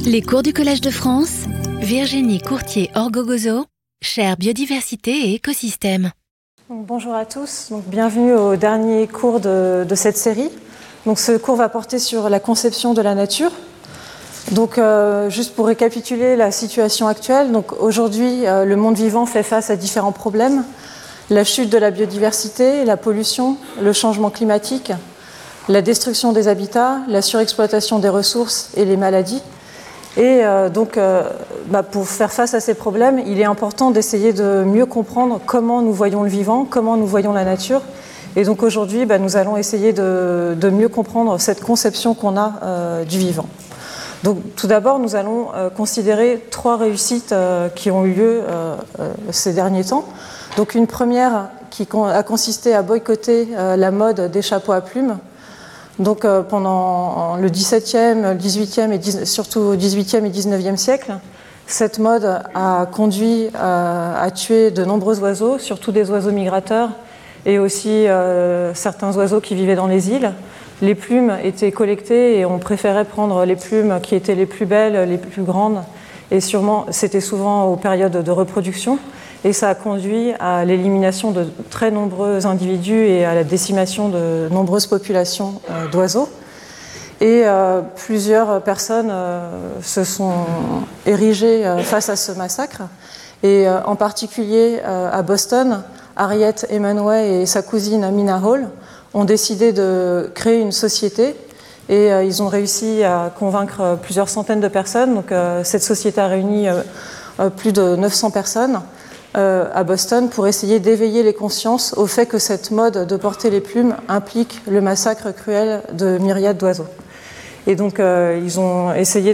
Les cours du Collège de France, Virginie Courtier-Orgogozo, chaire biodiversité et écosystème. Bonjour à tous, bienvenue au dernier cours de cette série. Ce cours va porter sur la conception de la nature. Juste pour récapituler la situation actuelle, aujourd'hui le monde vivant fait face à différents problèmes. La chute de la biodiversité, la pollution, le changement climatique, la destruction des habitats, la surexploitation des ressources et les maladies. Et pour faire face à ces problèmes, il est important d'essayer de mieux comprendre comment nous voyons le vivant, comment nous voyons la nature. Et donc aujourd'hui, nous allons essayer de mieux comprendre cette conception qu'on a du vivant. Tout d'abord, nous allons considérer trois réussites qui ont eu lieu ces derniers temps. Une première qui a consisté à boycotter la mode des chapeaux à plumes. Pendant le XVIIe, le XVIIIe et surtout au XVIIIe et XIXe siècle, cette mode a conduit à tuer de nombreux oiseaux, surtout des oiseaux migrateurs et aussi certains oiseaux qui vivaient dans les îles. Les plumes étaient collectées et on préférait prendre les plumes qui étaient les plus belles, les plus grandes, et c'était souvent aux périodes de reproduction. Et ça a conduit à l'élimination de très nombreux individus et à la décimation de nombreuses populations d'oiseaux. Et plusieurs personnes se sont érigées face à ce massacre. Et en particulier à Boston, Harriet Emanway et sa cousine Amina Hall ont décidé de créer une société. Et ils ont réussi à convaincre plusieurs centaines de personnes. Cette société a réuni plus de 900 personnes à Boston pour essayer d'éveiller les consciences au fait que cette mode de porter les plumes implique le massacre cruel de myriades d'oiseaux. Et ils ont essayé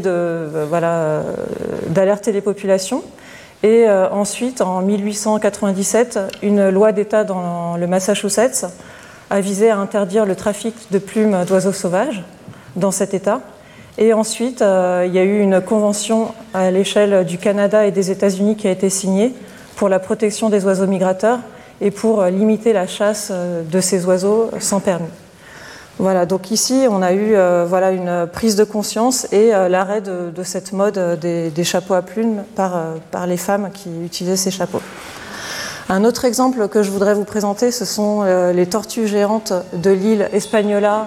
d'alerter les populations. Et ensuite, en 1897, une loi d'État dans le Massachusetts a visé à interdire le trafic de plumes d'oiseaux sauvages dans cet État. Et ensuite, il y a eu une convention à l'échelle du Canada et des États-Unis qui a été signée pour la protection des oiseaux migrateurs et pour limiter la chasse de ces oiseaux sans permis. Voilà, ici on a eu une prise de conscience et l'arrêt de cette mode des chapeaux à plumes par les femmes qui utilisaient ces chapeaux. Un autre exemple que je voudrais vous présenter, ce sont les tortues géantes de l'île Hispaniola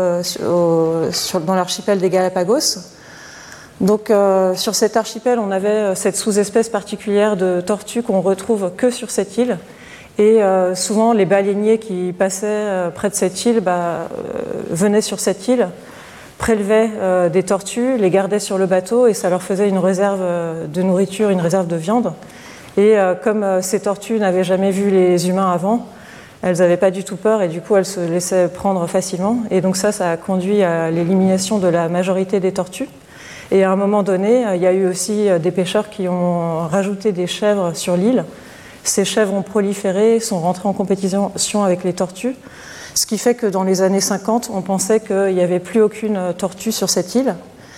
dans l'archipel des Galapagos. Sur cet archipel, on avait cette sous-espèce particulière de tortue qu'on retrouve que sur cette île. Et souvent, les baleiniers qui passaient près de cette île venaient sur cette île, prélevaient des tortues, les gardaient sur le bateau et ça leur faisait une réserve de nourriture, une réserve de viande. Et comme ces tortues n'avaient jamais vu les humains avant, elles n'avaient pas du tout peur et du coup, elles se laissaient prendre facilement. Et ça a conduit à l'élimination de la majorité des tortues. Et à un moment donné, il y a eu aussi des pêcheurs qui ont rajouté des chèvres sur l'île. Ces chèvres ont proliféré, sont rentrées en compétition avec les tortues, ce qui fait que dans les années 50, on pensait qu'il n'y avait plus aucune tortue sur cette île.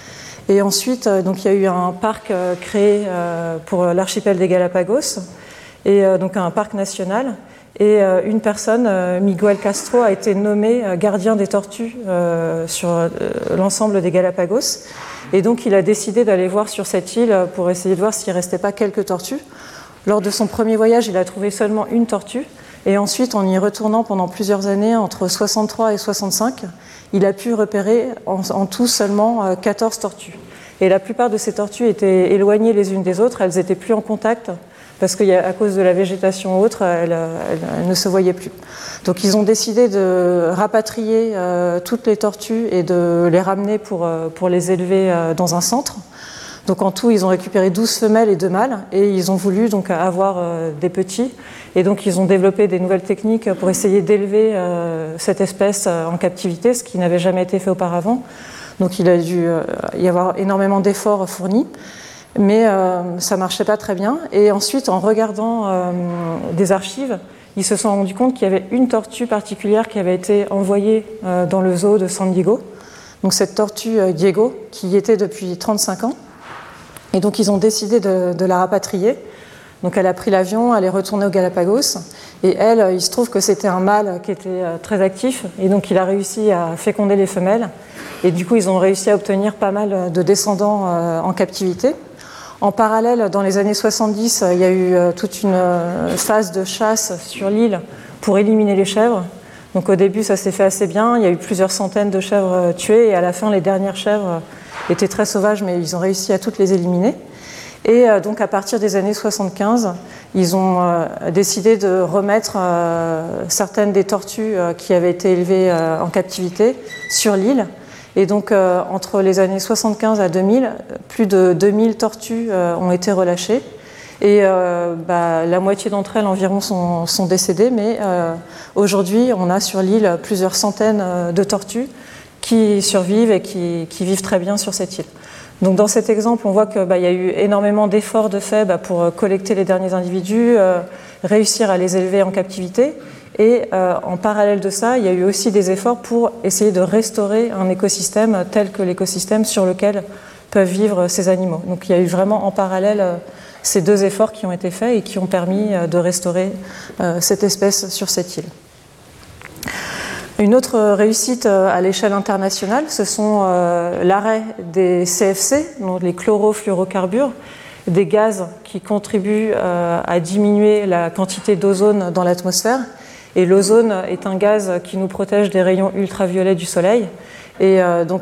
Et ensuite, il y a eu un parc créé pour l'archipel des Galapagos, et un parc national. Et une personne, Miguel Castro, a été nommé gardien des tortues sur l'ensemble des Galapagos. Et il a décidé d'aller voir sur cette île pour essayer de voir s'il ne restait pas quelques tortues. Lors de son premier voyage, il a trouvé seulement une tortue. Et ensuite, en y retournant pendant plusieurs années, entre 63 et 65, il a pu repérer en tout seulement 14 tortues. Et la plupart de ces tortues étaient éloignées les unes des autres, elles n'étaient plus en contact, parce qu'à cause de la végétation autre, elles ne se voyaient plus. Ils ont décidé de rapatrier toutes les tortues et de les ramener pour les élever dans un centre. En tout, ils ont récupéré 12 femelles et 2 mâles, et ils ont voulu avoir des petits. Et ils ont développé des nouvelles techniques pour essayer d'élever cette espèce en captivité, ce qui n'avait jamais été fait auparavant. Il a dû y avoir énormément d'efforts fournis. Mais ça ne marchait pas très bien. Et ensuite, en regardant des archives, ils se sont rendus compte qu'il y avait une tortue particulière qui avait été envoyée dans le zoo de San Diego. Cette tortue Diego, qui y était depuis 35 ans. Et ils ont décidé de la rapatrier. Elle a pris l'avion, elle est retournée aux Galapagos. Et elle, il se trouve que c'était un mâle qui était très actif. Et il a réussi à féconder les femelles. Et du coup, ils ont réussi à obtenir pas mal de descendants en captivité. En parallèle, dans les années 70, il y a eu toute une phase de chasse sur l'île pour éliminer les chèvres. Donc au début, ça s'est fait assez bien. Il y a eu plusieurs centaines de chèvres tuées. Et à la fin, les dernières chèvres étaient très sauvages, mais ils ont réussi à toutes les éliminer. Et donc à partir des années 75, ils ont décidé de remettre certaines des tortues qui avaient été élevées en captivité sur l'île. Et donc entre les années 75 à 2000, plus de 2000 tortues ont été relâchées. Et la moitié d'entre elles environ sont décédées, mais aujourd'hui on a sur l'île plusieurs centaines de tortues qui survivent et qui vivent très bien sur cette île. Donc dans cet exemple, on voit qu'il y a eu énormément d'efforts de fait pour collecter les derniers individus, réussir à les élever en captivité. Et en parallèle de ça, il y a eu aussi des efforts pour essayer de restaurer un écosystème tel que l'écosystème sur lequel peuvent vivre ces animaux. Donc il y a eu vraiment en parallèle ces deux efforts qui ont été faits et qui ont permis de restaurer cette espèce sur cette île. Une autre réussite à l'échelle internationale, ce sont l'arrêt des CFC, donc les chlorofluorocarbures, des gaz qui contribuent à diminuer la quantité d'ozone dans l'atmosphère. Et l'ozone est un gaz qui nous protège des rayons ultraviolets du soleil. Et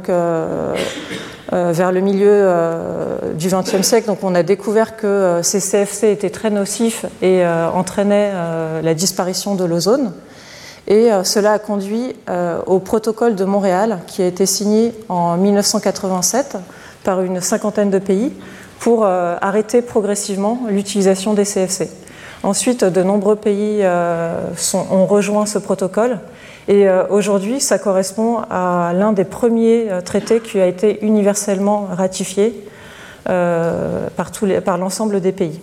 vers le milieu du XXe siècle, donc on a découvert que ces CFC étaient très nocifs et entraînaient la disparition de l'ozone. Et cela a conduit au protocole de Montréal qui a été signé en 1987 par une cinquantaine de pays pour arrêter progressivement l'utilisation des CFC. Ensuite, de nombreux pays ont rejoint ce protocole et aujourd'hui, ça correspond à l'un des premiers traités qui a été universellement ratifié par l'ensemble des pays.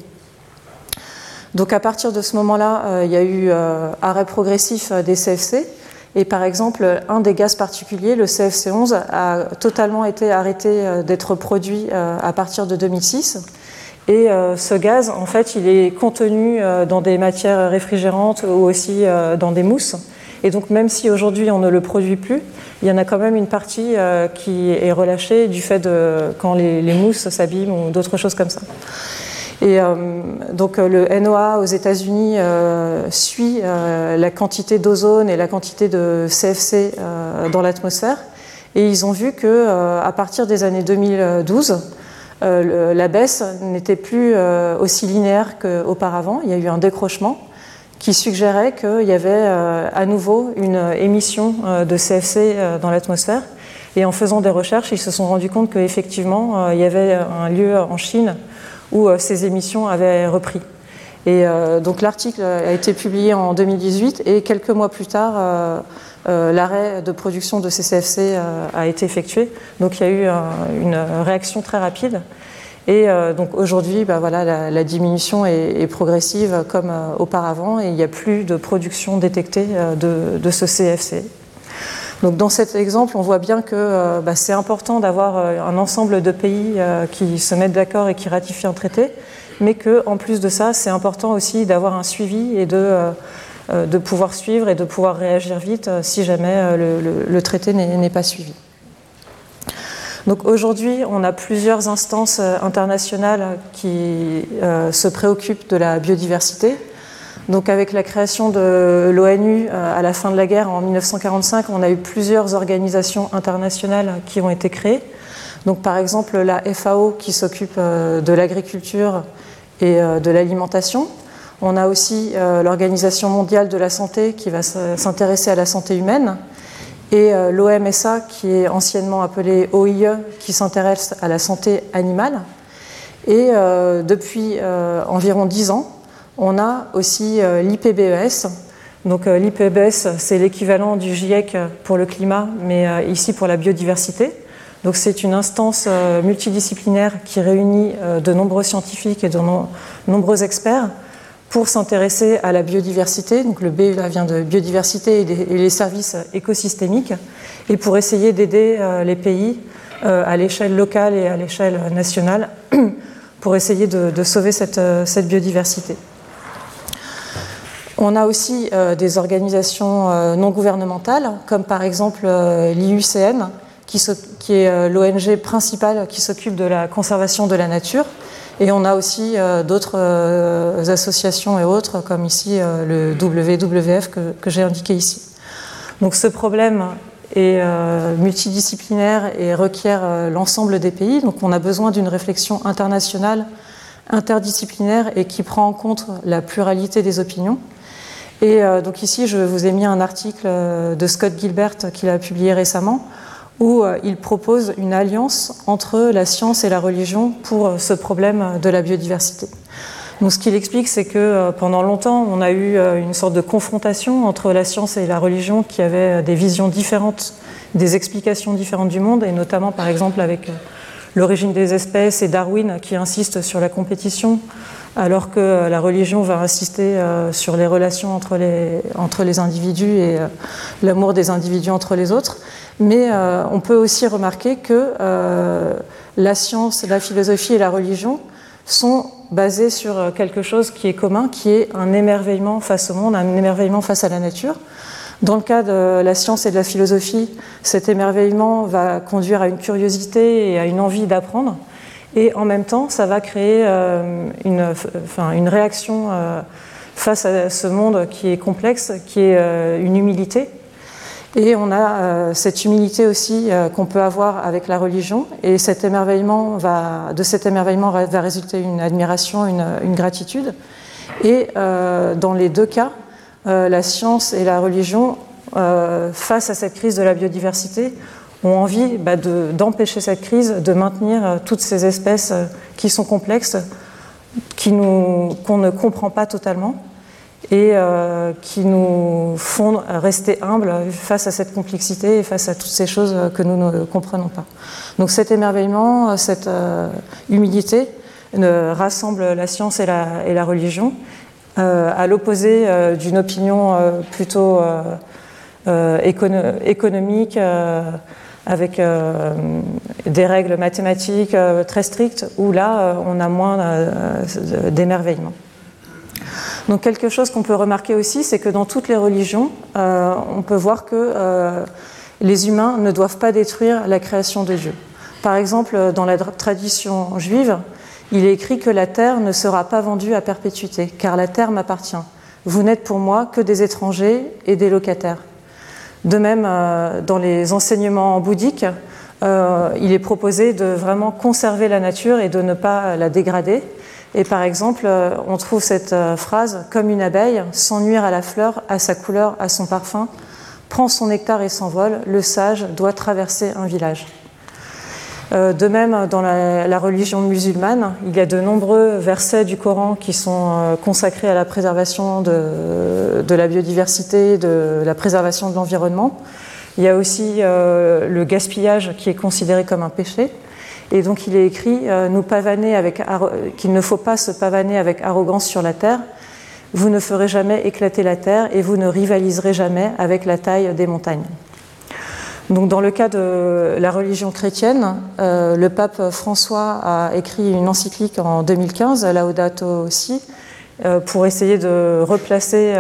Donc à partir de ce moment-là, il y a eu arrêt progressif des CFC. Et par exemple, un des gaz particuliers, le CFC11, a totalement été arrêté d'être produit à partir de 2006. Et ce gaz, en fait, il est contenu dans des matières réfrigérantes ou aussi dans des mousses. Et donc même si aujourd'hui on ne le produit plus, il y en a quand même une partie qui est relâchée du fait de quand les mousses s'abîment ou d'autres choses comme ça. Et donc le NOAA aux États-Unis suit la quantité d'ozone et la quantité de CFC dans l'atmosphère, et ils ont vu que à partir des années 2012, la baisse n'était plus aussi linéaire qu'auparavant. Il y a eu un décrochement qui suggérait qu'il y avait à nouveau une émission de CFC dans l'atmosphère. Et en faisant des recherches, ils se sont rendus compte qu'effectivement, il y avait un lieu en Chine où ces émissions avaient repris. Et donc l'article a été publié en 2018 et quelques mois plus tard, l'arrêt de production de ces CFC a été effectué. Donc il y a eu une réaction très rapide. Et donc aujourd'hui, voilà, la diminution est progressive comme auparavant et il n'y a plus de production détectée de ce CFC. Donc dans cet exemple, on voit bien que c'est important d'avoir un ensemble de pays qui se mettent d'accord et qui ratifient un traité, mais qu'en plus de ça, c'est important aussi d'avoir un suivi et de pouvoir suivre et de pouvoir réagir vite si jamais le traité n'est pas suivi. Donc aujourd'hui, on a plusieurs instances internationales qui se préoccupent de la biodiversité. Donc avec la création de l'ONU à la fin de la guerre en 1945, on a eu plusieurs organisations internationales qui ont été créées. Donc par exemple la FAO qui s'occupe de l'agriculture et de l'alimentation. On a aussi l'Organisation mondiale de la santé qui va s'intéresser à la santé humaine. Et l'OMSA qui est anciennement appelée OIE qui s'intéresse à la santé animale. Et depuis environ 10 ans, on a aussi l'IPBES. Donc l'IPBES, c'est l'équivalent du GIEC pour le climat, mais ici pour la biodiversité. Donc c'est une instance multidisciplinaire qui réunit de nombreux scientifiques et de nombreux experts pour s'intéresser à la biodiversité. Donc le B là, vient de biodiversité et les services écosystémiques, et pour essayer d'aider les pays à l'échelle locale et à l'échelle nationale pour essayer de sauver cette biodiversité. On a aussi des organisations non gouvernementales, comme par exemple l'IUCN, qui est l'ONG principale qui s'occupe de la conservation de la nature. Et on a aussi d'autres associations et autres, comme ici le WWF que j'ai indiqué ici. Donc ce problème est multidisciplinaire et requiert l'ensemble des pays. Donc on a besoin d'une réflexion internationale, interdisciplinaire et qui prend en compte la pluralité des opinions. Et donc ici, je vous ai mis un article de Scott Gilbert qu'il a publié récemment, où il propose une alliance entre la science et la religion pour ce problème de la biodiversité. Donc, ce qu'il explique, c'est que pendant longtemps, on a eu une sorte de confrontation entre la science et la religion qui avait des visions différentes, des explications différentes du monde, et notamment, par exemple, avec l'origine des espèces et Darwin qui insiste sur la compétition, alors que la religion va insister sur les relations entre les individus et l'amour des individus entre les autres. Mais on peut aussi remarquer que la science, la philosophie et la religion sont basées sur quelque chose qui est commun, qui est un émerveillement face au monde, un émerveillement face à la nature. Dans le cas de la science et de la philosophie, cet émerveillement va conduire à une curiosité et à une envie d'apprendre. Et en même temps, ça va créer une réaction face à ce monde qui est complexe, qui est une humilité. Et on a cette humilité aussi qu'on peut avoir avec la religion. Et de cet émerveillement va résulter une admiration, une gratitude. Et dans les deux cas, la science et la religion, face à cette crise de la biodiversité, ont envie d'empêcher cette crise, de maintenir toutes ces espèces qui sont complexes, qu'on ne comprend pas totalement et qui nous font rester humbles face à cette complexité et face à toutes ces choses que nous ne comprenons pas. Donc cet émerveillement, cette humilité rassemble la science et la religion, à l'opposé d'une opinion plutôt économique, avec des règles mathématiques très strictes, où là, on a moins d'émerveillement. Donc quelque chose qu'on peut remarquer aussi, c'est que dans toutes les religions, on peut voir que les humains ne doivent pas détruire la création de Dieu. Par exemple, dans la tradition juive, il est écrit que la terre ne sera pas vendue à perpétuité, car la terre m'appartient. Vous n'êtes pour moi que des étrangers et des locataires. De même, dans les enseignements bouddhiques, il est proposé de vraiment conserver la nature et de ne pas la dégrader. Et par exemple, on trouve cette phrase « Comme une abeille, sans nuire à la fleur, à sa couleur, à son parfum, prend son nectar et s'envole, le sage doit traverser un village ». De même, dans la religion musulmane, il y a de nombreux versets du Coran qui sont consacrés à la préservation de la biodiversité, de la préservation de l'environnement. Il y a aussi le gaspillage qui est considéré comme un péché. Et donc il est écrit qu'il ne faut pas se pavaner avec arrogance sur la terre. Vous ne ferez jamais éclater la terre et vous ne rivaliserez jamais avec la taille des montagnes. Donc, dans le cas de la religion chrétienne, le pape François a écrit une encyclique en 2015, Laudato Si, pour essayer de replacer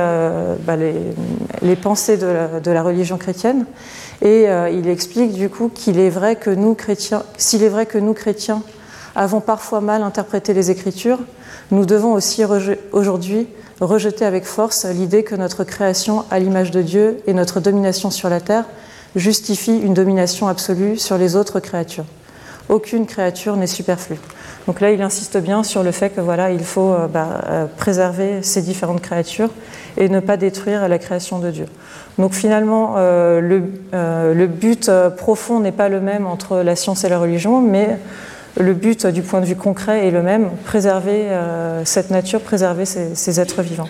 les pensées de la religion chrétienne. Et il explique du coup qu'il est vrai que nous, chrétiens, s'il est vrai que nous, chrétiens, avons parfois mal interprété les Écritures, nous devons aussi aujourd'hui rejeter avec force l'idée que notre création à l'image de Dieu et notre domination sur la terre justifie une domination absolue sur les autres créatures. Aucune créature n'est superflue. Donc là, il insiste bien sur le fait que voilà, il faut préserver ces différentes créatures et ne pas détruire la création de Dieu. Donc finalement, le but profond n'est pas le même entre la science et la religion, mais le but du point de vue concret est le même, préserver cette nature, préserver ces êtres vivants.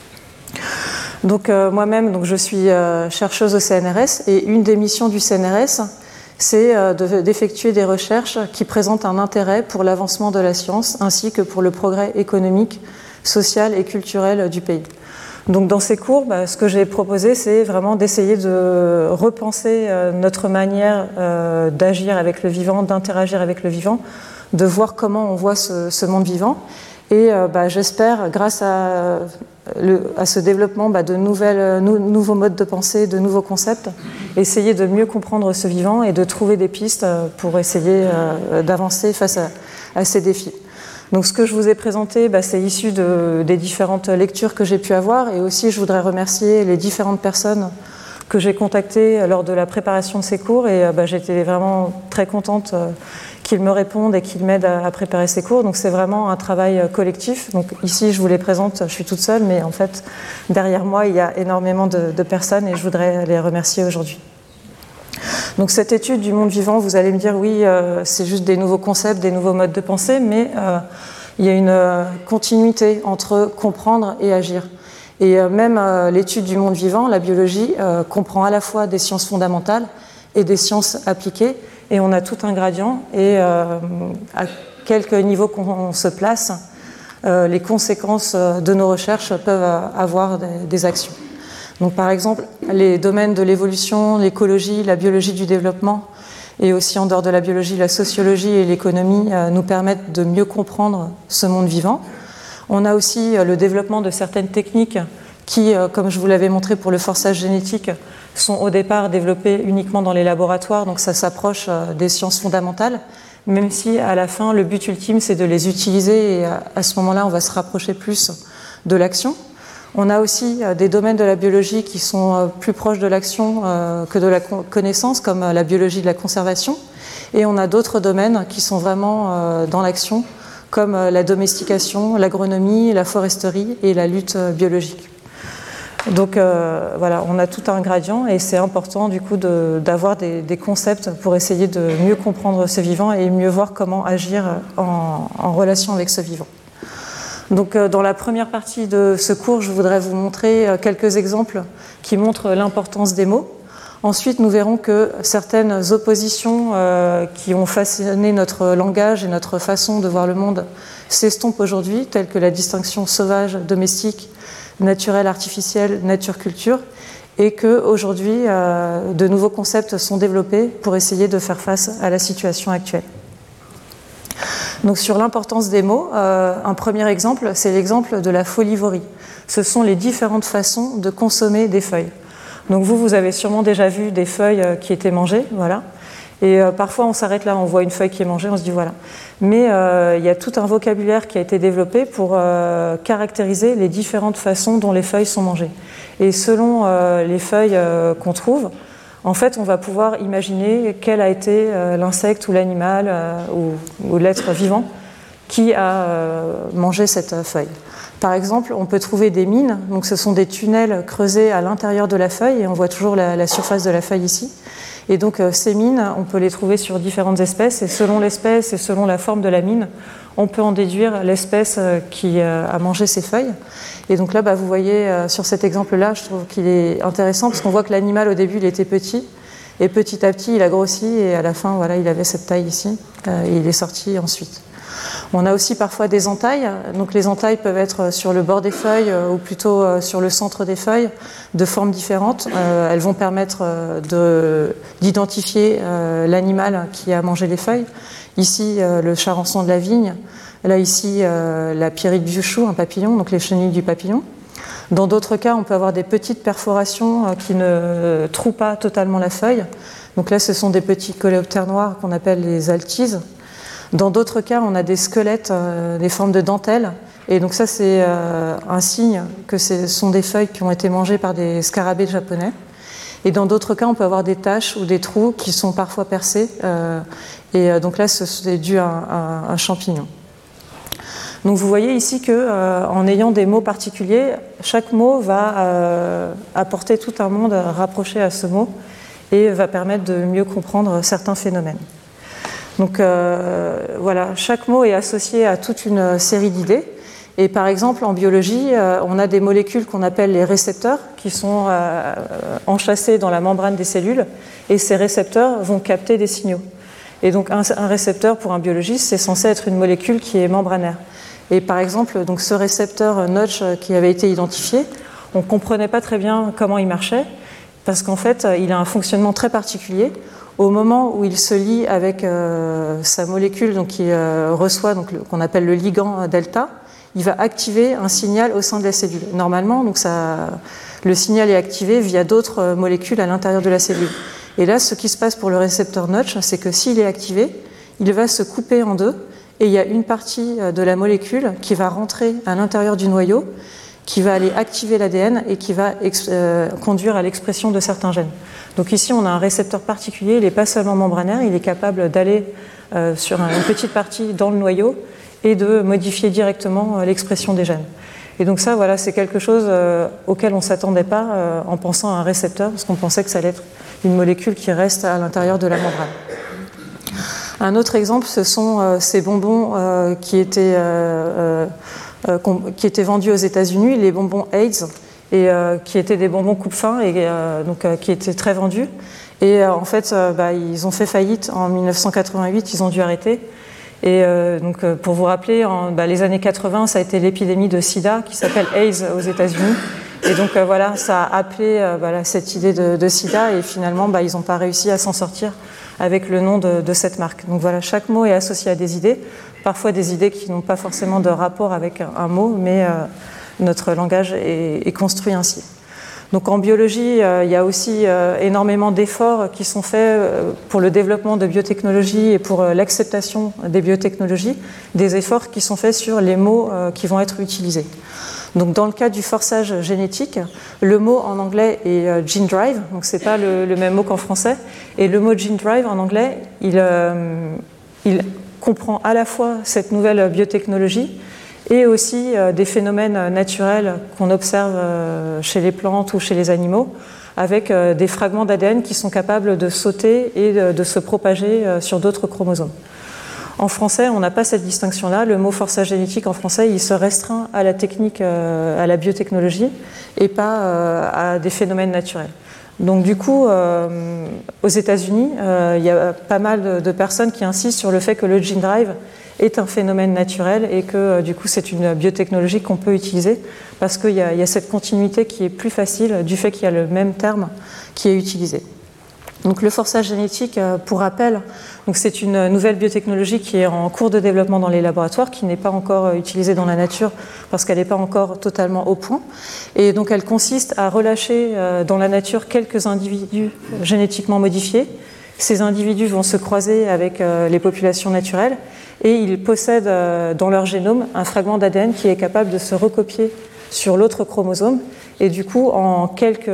Donc moi-même, je suis chercheuse au CNRS et une des missions du CNRS, c'est d'effectuer des recherches qui présentent un intérêt pour l'avancement de la science ainsi que pour le progrès économique, social et culturel du pays. Donc dans ces cours, ce que j'ai proposé, c'est vraiment d'essayer de repenser notre manière d'agir avec le vivant, d'interagir avec le vivant, de voir comment on voit ce monde vivant. Et j'espère, grâce à ce développement de nouveaux modes de pensée, de nouveaux concepts, essayer de mieux comprendre ce vivant et de trouver des pistes pour essayer d'avancer face à ces défis. Donc ce que je vous ai présenté, c'est issu des différentes lectures que j'ai pu avoir, et aussi je voudrais remercier les différentes personnes que j'ai contactées lors de la préparation de ces cours, et j'étais vraiment très contente qu'ils me répondent et qu'ils m'aident à préparer ces cours. Donc c'est vraiment un travail collectif. Donc ici je vous les présente, je suis toute seule, mais en fait derrière moi il y a énormément de personnes, et je voudrais les remercier aujourd'hui. Donc cette étude du monde vivant, vous allez me dire oui, c'est juste des nouveaux concepts, des nouveaux modes de pensée, mais il y a une continuité entre comprendre et agir. Et même l'étude du monde vivant, la biologie, comprend à la fois des sciences fondamentales et des sciences appliquées, et on a tout un gradient, et à quelque niveau qu'on se place, les conséquences de nos recherches peuvent avoir des actions. Donc par exemple, les domaines de l'évolution, l'écologie, la biologie du développement, et aussi en dehors de la biologie, la sociologie et l'économie nous permettent de mieux comprendre ce monde vivant. On a aussi le développement de certaines techniques qui, comme je vous l'avais montré pour le forçage génétique, sont au départ développées uniquement dans les laboratoires, donc ça s'approche des sciences fondamentales, même si à la fin, le but ultime, c'est de les utiliser, et à ce moment-là, on va se rapprocher plus de l'action. On a aussi des domaines de la biologie qui sont plus proches de l'action que de la connaissance, comme la biologie de la conservation. Et on a d'autres domaines qui sont vraiment dans l'action, comme la domestication, l'agronomie, la foresterie et la lutte biologique. Donc voilà, on a tout un gradient, et c'est important du coup d'avoir des concepts pour essayer de mieux comprendre ce vivant et mieux voir comment agir en relation avec ce vivant. Donc dans la première partie de ce cours, je voudrais vous montrer quelques exemples qui montrent l'importance des mots. Ensuite, nous verrons que certaines oppositions qui ont façonné notre langage et notre façon de voir le monde s'estompent aujourd'hui, telles que la distinction sauvage, domestique, naturel, artificiel, nature-culture, et qu'aujourd'hui, de nouveaux concepts sont développés pour essayer de faire face à la situation actuelle. Donc sur l'importance des mots, un premier exemple, c'est l'exemple de la folivorie. Ce sont les différentes façons de consommer des feuilles. Donc vous avez sûrement déjà vu des feuilles qui étaient mangées, voilà. Et parfois on s'arrête là, on voit une feuille qui est mangée, on se dit voilà. Mais il y a tout un vocabulaire qui a été développé pour caractériser les différentes façons dont les feuilles sont mangées. Et selon les feuilles qu'on trouve, en fait, on va pouvoir imaginer quel a été l'insecte ou l'animal ou l'être vivant qui a mangé cette feuille. Par exemple, on peut trouver des mines, donc ce sont des tunnels creusés à l'intérieur de la feuille, et on voit toujours la surface de la feuille ici. Et donc ces mines, on peut les trouver sur différentes espèces, et selon l'espèce et selon la forme de la mine, on peut en déduire l'espèce qui a mangé ces feuilles. Et donc là, vous voyez sur cet exemple-là, je trouve qu'il est intéressant parce qu'on voit que l'animal au début, il était petit, et petit à petit, il a grossi, et à la fin, voilà, il avait cette taille ici, et il est sorti ensuite. On a aussi parfois des entailles, donc les entailles peuvent être sur le bord des feuilles ou plutôt sur le centre des feuilles, de formes différentes. Elles vont permettre d'identifier l'animal qui a mangé les feuilles. Ici, le charançon de la vigne, là ici, la pierrite du chou, un papillon, donc les chenilles du papillon. Dans d'autres cas, on peut avoir des petites perforations qui ne trouent pas totalement la feuille. Donc là, ce sont des petits coléoptères noirs qu'on appelle les altises. Dans d'autres cas, on a des squelettes, des formes de dentelles. Et donc ça, c'est un signe que ce sont des feuilles qui ont été mangées par des scarabées japonais. Et dans d'autres cas, on peut avoir des taches ou des trous qui sont parfois percés. Et donc là, c'est dû à un champignon. Donc vous voyez ici qu'en ayant des mots particuliers, chaque mot va apporter tout un monde rapproché à ce mot et va permettre de mieux comprendre certains phénomènes. Donc voilà, chaque mot est associé à toute une série d'idées. Et par exemple, en biologie, on a des molécules qu'on appelle les récepteurs qui sont enchâssés dans la membrane des cellules, et ces récepteurs vont capter des signaux. Et donc un récepteur pour un biologiste, c'est censé être une molécule qui est membranaire. Et par exemple, donc ce récepteur Notch qui avait été identifié, on ne comprenait pas très bien comment il marchait, parce qu'en fait, il a un fonctionnement très particulier. au moment où il se lie avec sa molécule donc, qui reçoit qu'on appelle le ligand delta, il va activer un signal au sein de la cellule. Normalement, donc le signal est activé via d'autres molécules à l'intérieur de la cellule. Et là, ce qui se passe pour le récepteur Notch, c'est que s'il est activé, il va se couper en deux, et il y a une partie de la molécule qui va rentrer à l'intérieur du noyau, qui va aller activer l'ADN et qui va conduire à l'expression de certains gènes. Donc ici, on a un récepteur particulier, il n'est pas seulement membranaire, il est capable d'aller sur une petite partie dans le noyau et de modifier directement l'expression des gènes. Et donc ça, voilà, c'est quelque chose auquel on ne s'attendait pas en pensant à un récepteur, parce qu'on pensait que ça allait être une molécule qui reste à l'intérieur de la membrane. Un autre exemple, ce sont ces bonbons qui étaient vendus aux États-Unis, les bonbons AIDS, et qui étaient des bonbons coupe-faim et qui étaient très vendus. Et en fait, ils ont fait faillite en 1988, ils ont dû arrêter. Et donc, pour vous rappeler, les années 80, ça a été l'épidémie de sida qui s'appelle AIDS aux États-Unis. Et donc voilà, ça a appelé cette idée de sida, et finalement, ils n'ont pas réussi à s'en sortir avec le nom de cette marque. Donc voilà, chaque mot est associé à des idées, parfois des idées qui n'ont pas forcément de rapport avec un mot, mais notre langage est construit ainsi. Donc en biologie, il y a aussi énormément d'efforts qui sont faits pour le développement de biotechnologies et pour l'acceptation des biotechnologies, des efforts qui sont faits sur les mots qui vont être utilisés. Donc dans le cas du forçage génétique, le mot en anglais est gene drive, donc c'est pas le même mot qu'en français, et le mot gene drive en anglais, il comprend à la fois cette nouvelle biotechnologie et aussi des phénomènes naturels qu'on observe chez les plantes ou chez les animaux, avec des fragments d'ADN qui sont capables de sauter et de se propager sur d'autres chromosomes. En français, on n'a pas cette distinction-là. Le mot forçage génétique en français, il se restreint à la technique, à la biotechnologie, et pas à des phénomènes naturels. Donc du coup, aux États-Unis, il y a pas mal de personnes qui insistent sur le fait que le gene drive est un phénomène naturel et que du coup c'est une biotechnologie qu'on peut utiliser parce qu'il y a cette continuité qui est plus facile du fait qu'il y a le même terme qui est utilisé. Donc le forçage génétique, pour rappel, c'est une nouvelle biotechnologie qui est en cours de développement dans les laboratoires, qui n'est pas encore utilisée dans la nature parce qu'elle n'est pas encore totalement au point. Et donc elle consiste à relâcher dans la nature quelques individus génétiquement modifiés. Ces individus vont se croiser avec les populations naturelles et ils possèdent dans leur génome un fragment d'ADN qui est capable de se recopier sur l'autre chromosome. Et du coup, en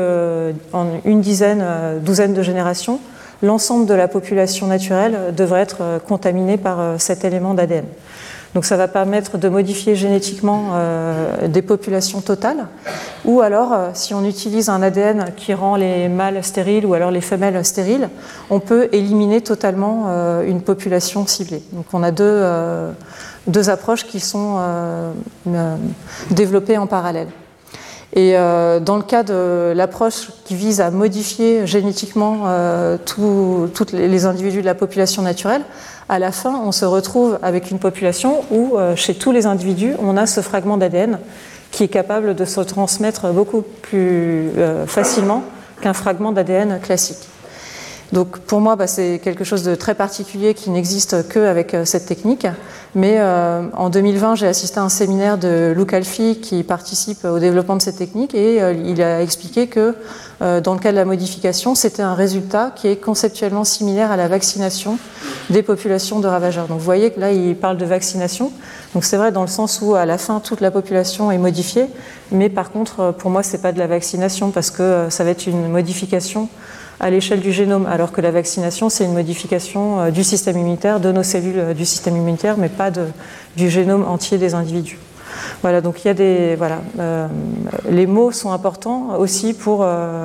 une douzaine de générations, l'ensemble de la population naturelle devrait être contaminée par cet élément d'ADN. Donc ça va permettre de modifier génétiquement des populations totales, ou alors si on utilise un ADN qui rend les mâles stériles ou alors les femelles stériles, on peut éliminer totalement une population ciblée. Donc on a deux approches qui sont développées en parallèle. Et dans le cas de l'approche qui vise à modifier génétiquement tous les individus de la population naturelle, à la fin, on se retrouve avec une population où, chez tous les individus, on a ce fragment d'ADN qui est capable de se transmettre beaucoup plus facilement qu'un fragment d'ADN classique. Donc pour moi, c'est quelque chose de très particulier qui n'existe qu'avec cette technique. Mais en 2020, j'ai assisté à un séminaire de Luc Alfi qui participe au développement de cette technique et il a expliqué que dans le cas de la modification, c'était un résultat qui est conceptuellement similaire à la vaccination des populations de ravageurs. Donc vous voyez que là, il parle de vaccination. Donc c'est vrai dans le sens où à la fin, toute la population est modifiée. Mais par contre, pour moi, c'est pas de la vaccination parce que ça va être une modification à l'échelle du génome, alors que la vaccination, c'est une modification du système immunitaire, de nos cellules du système immunitaire, mais pas du génome entier des individus. Voilà, donc il y a les mots sont importants aussi pour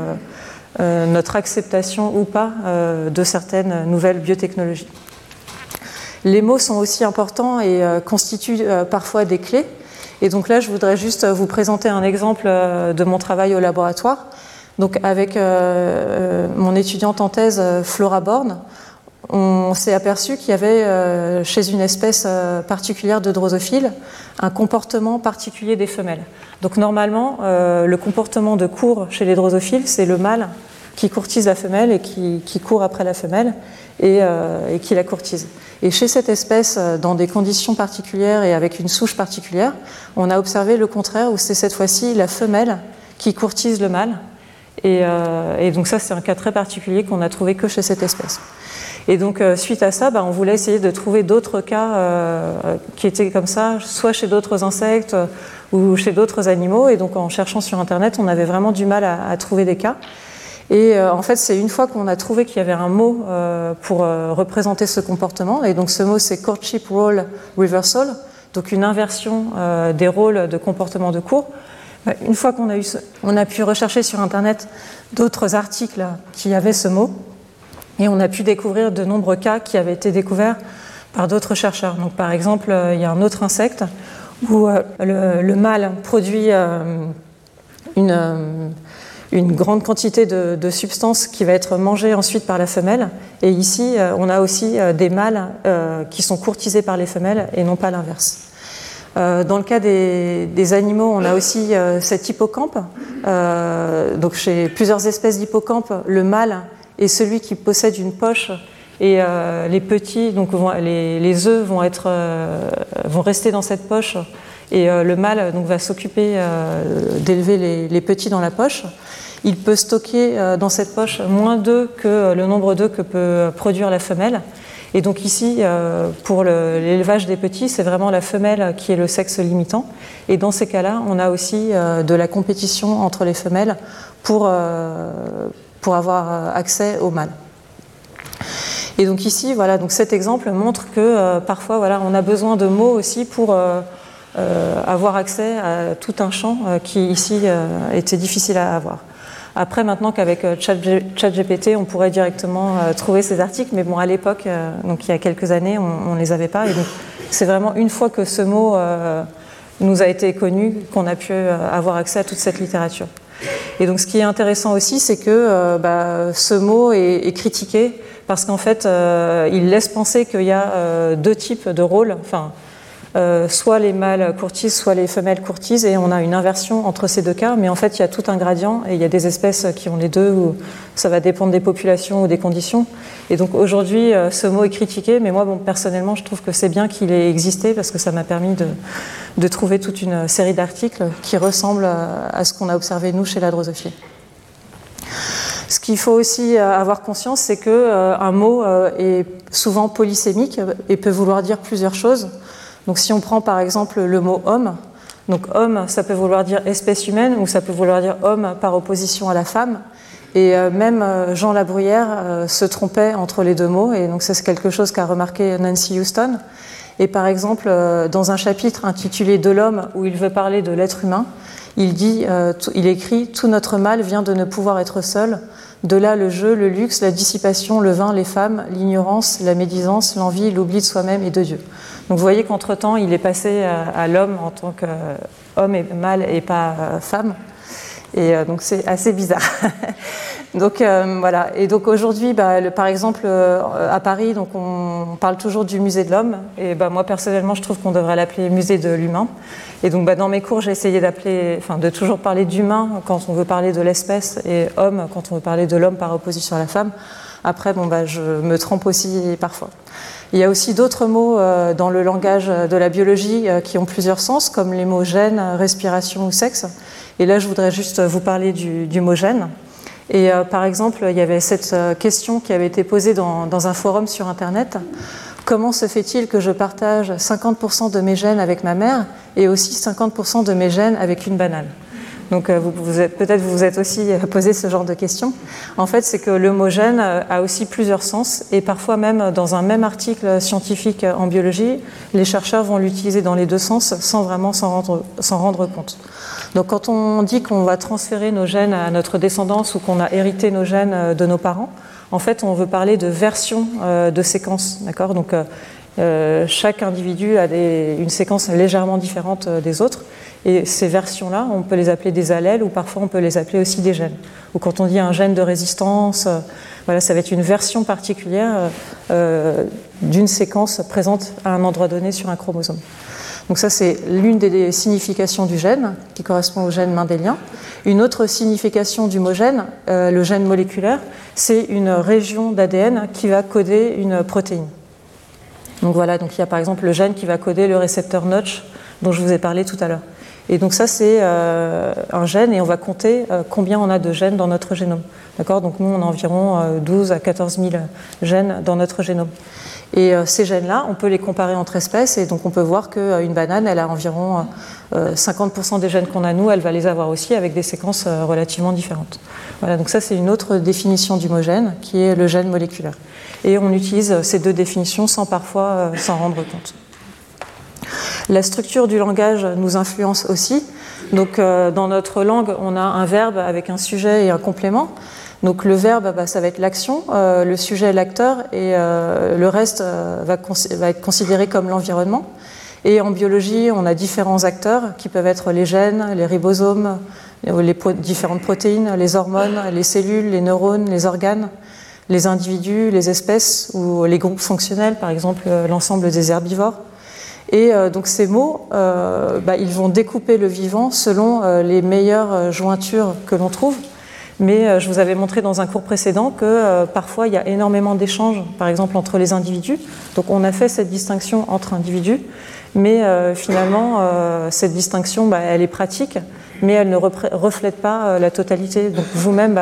notre acceptation ou pas de certaines nouvelles biotechnologies. Les mots sont aussi importants et constituent parfois des clés. Et donc là, je voudrais juste vous présenter un exemple de mon travail au laboratoire. Donc avec mon étudiante en thèse, Flora Born, on s'est aperçu qu'il y avait chez une espèce particulière de drosophile un comportement particulier des femelles. Donc normalement, le comportement de cour chez les drosophiles, c'est le mâle qui courtise la femelle et qui court après la femelle et qui la courtise. Et chez cette espèce, dans des conditions particulières et avec une souche particulière, on a observé le contraire, où c'est cette fois-ci la femelle qui courtise le mâle. Et donc ça, c'est un cas très particulier qu'on n'a trouvé que chez cette espèce. Et donc, suite à ça, on voulait essayer de trouver d'autres cas qui étaient comme ça, soit chez d'autres insectes ou chez d'autres animaux. Et donc, en cherchant sur Internet, on avait vraiment du mal à trouver des cas. Et en fait, c'est une fois qu'on a trouvé qu'il y avait un mot pour représenter ce comportement. Et donc, ce mot, c'est courtship role reversal, donc une inversion des rôles de comportement de cours. Une fois on a pu rechercher sur Internet d'autres articles qui avaient ce mot. Et on a pu découvrir de nombreux cas qui avaient été découverts par d'autres chercheurs. Donc, par exemple, il y a un autre insecte où le mâle produit une grande quantité de substances qui va être mangée ensuite par la femelle. Et ici, on a aussi des mâles qui sont courtisés par les femelles et non pas l'inverse. Dans le cas des animaux, on a aussi cet hippocampe. Donc, chez plusieurs espèces d'hippocampes, le mâle est celui qui possède une poche et les petits, donc les œufs vont rester dans cette poche et le mâle donc, va s'occuper d'élever les petits dans la poche. Il peut stocker dans cette poche moins d'œufs que le nombre d'œufs que peut produire la femelle. Et donc ici, pour l'élevage des petits, c'est vraiment la femelle qui est le sexe limitant. Et dans ces cas-là, on a aussi de la compétition entre les femelles pour avoir accès au mâle. Et donc ici, voilà, donc cet exemple montre que parfois, voilà, on a besoin de mots aussi pour avoir accès à tout un champ qui ici était difficile à avoir. Après, maintenant qu'avec ChatGPT, on pourrait directement trouver ces articles, mais bon, à l'époque, donc il y a quelques années, on ne les avait pas. Et donc, c'est vraiment une fois que ce mot nous a été connu qu'on a pu avoir accès à toute cette littérature. Et donc, ce qui est intéressant aussi, c'est que ce mot est critiqué parce qu'en fait, il laisse penser qu'il y a deux types de rôles. Enfin, soit les mâles courtisent, soit les femelles courtisent, et on a une inversion entre ces deux cas, mais en fait il y a tout un gradient, et il y a des espèces qui ont les deux, où ça va dépendre des populations ou des conditions. Et donc aujourd'hui, ce mot est critiqué, mais moi, personnellement, je trouve que c'est bien qu'il ait existé, parce que ça m'a permis de trouver toute une série d'articles qui ressemblent à ce qu'on a observé, nous, chez la drosophile. Ce qu'il faut aussi avoir conscience, c'est qu'un mot est souvent polysémique et peut vouloir dire plusieurs choses. Donc si on prend par exemple le mot homme, donc homme, ça peut vouloir dire espèce humaine ou ça peut vouloir dire homme par opposition à la femme. Et même Jean Labruyère se trompait entre les deux mots, et donc c'est quelque chose qu'a remarqué Nancy Houston. Et par exemple, dans un chapitre intitulé De l'homme, où il veut parler de l'être humain, il écrit « Tout notre mal vient de ne pouvoir être seul. De là le jeu, le luxe, la dissipation, le vin, les femmes, l'ignorance, la médisance, l'envie, l'oubli de soi-même et de Dieu. » Donc vous voyez qu'entre-temps, il est passé à l'homme en tant qu'homme et mâle et pas femme. Et donc c'est assez bizarre. Donc voilà. Et donc aujourd'hui, par exemple, à Paris, donc on parle toujours du musée de l'homme. Et moi personnellement, je trouve qu'on devrait l'appeler musée de l'humain. Et donc dans mes cours, j'ai essayé de toujours parler d'humain quand on veut parler de l'espèce, et homme quand on veut parler de l'homme par opposition à la femme. Après, je me trompe aussi parfois. Il y a aussi d'autres mots dans le langage de la biologie qui ont plusieurs sens, comme les mots gène, respiration ou sexe. Et là, je voudrais juste vous parler du mot gène. Et par exemple, il y avait cette question qui avait été posée dans un forum sur Internet. Comment se fait-il que je partage 50% de mes gènes avec ma mère et aussi 50% de mes gènes avec une banane ? Donc peut-être vous vous êtes aussi posé ce genre de questions. En fait, c'est que le mot gène a aussi plusieurs sens, et parfois même dans un même article scientifique en biologie, les chercheurs vont l'utiliser dans les deux sens sans vraiment s'en rendre compte. Donc quand on dit qu'on va transférer nos gènes à notre descendance ou qu'on a hérité nos gènes de nos parents, en fait on veut parler de version de séquences, d'accord ? Donc chaque individu a une séquence légèrement différente des autres. Et ces versions-là, on peut les appeler des allèles, ou parfois on peut les appeler aussi des gènes. Ou quand on dit un gène de résistance, voilà, ça va être une version particulière d'une séquence présente à un endroit donné sur un chromosome. Donc ça, c'est l'une des significations du gène, qui correspond au gène mendélien. Une autre signification du mot gène, le gène moléculaire, c'est une région d'ADN qui va coder une protéine. Donc voilà, donc il y a par exemple le gène qui va coder le récepteur Notch, dont je vous ai parlé tout à l'heure. Et donc ça, c'est un gène, et on va compter combien on a de gènes dans notre génome. D'accord ? Donc nous, on a environ 12 à 14 000 gènes dans notre génome. Et ces gènes-là, on peut les comparer entre espèces, et donc on peut voir qu'une banane, elle a environ 50% des gènes qu'on a nous, elle va les avoir aussi, avec des séquences relativement différentes. Voilà, donc ça, c'est une autre définition du mot gène, qui est le gène moléculaire. Et on utilise ces deux définitions sans parfois s'en rendre compte. La structure du langage nous influence aussi. Donc, dans notre langue, on a un verbe avec un sujet et un complément. Donc, le verbe, ça va être l'action, le sujet est l'acteur, et le reste va être considéré comme l'environnement. Et en biologie, on a différents acteurs qui peuvent être les gènes, les ribosomes, les différentes protéines, les hormones, les cellules, les neurones, les organes, les individus, les espèces ou les groupes fonctionnels, par exemple l'ensemble des herbivores. Et donc ces mots, ils vont découper le vivant selon les meilleures jointures que l'on trouve. Mais je vous avais montré dans un cours précédent que parfois il y a énormément d'échanges, par exemple entre les individus. Donc on a fait cette distinction entre individus, mais finalement cette distinction, elle est pratique, mais elle ne reflète pas la totalité. Donc vous-même,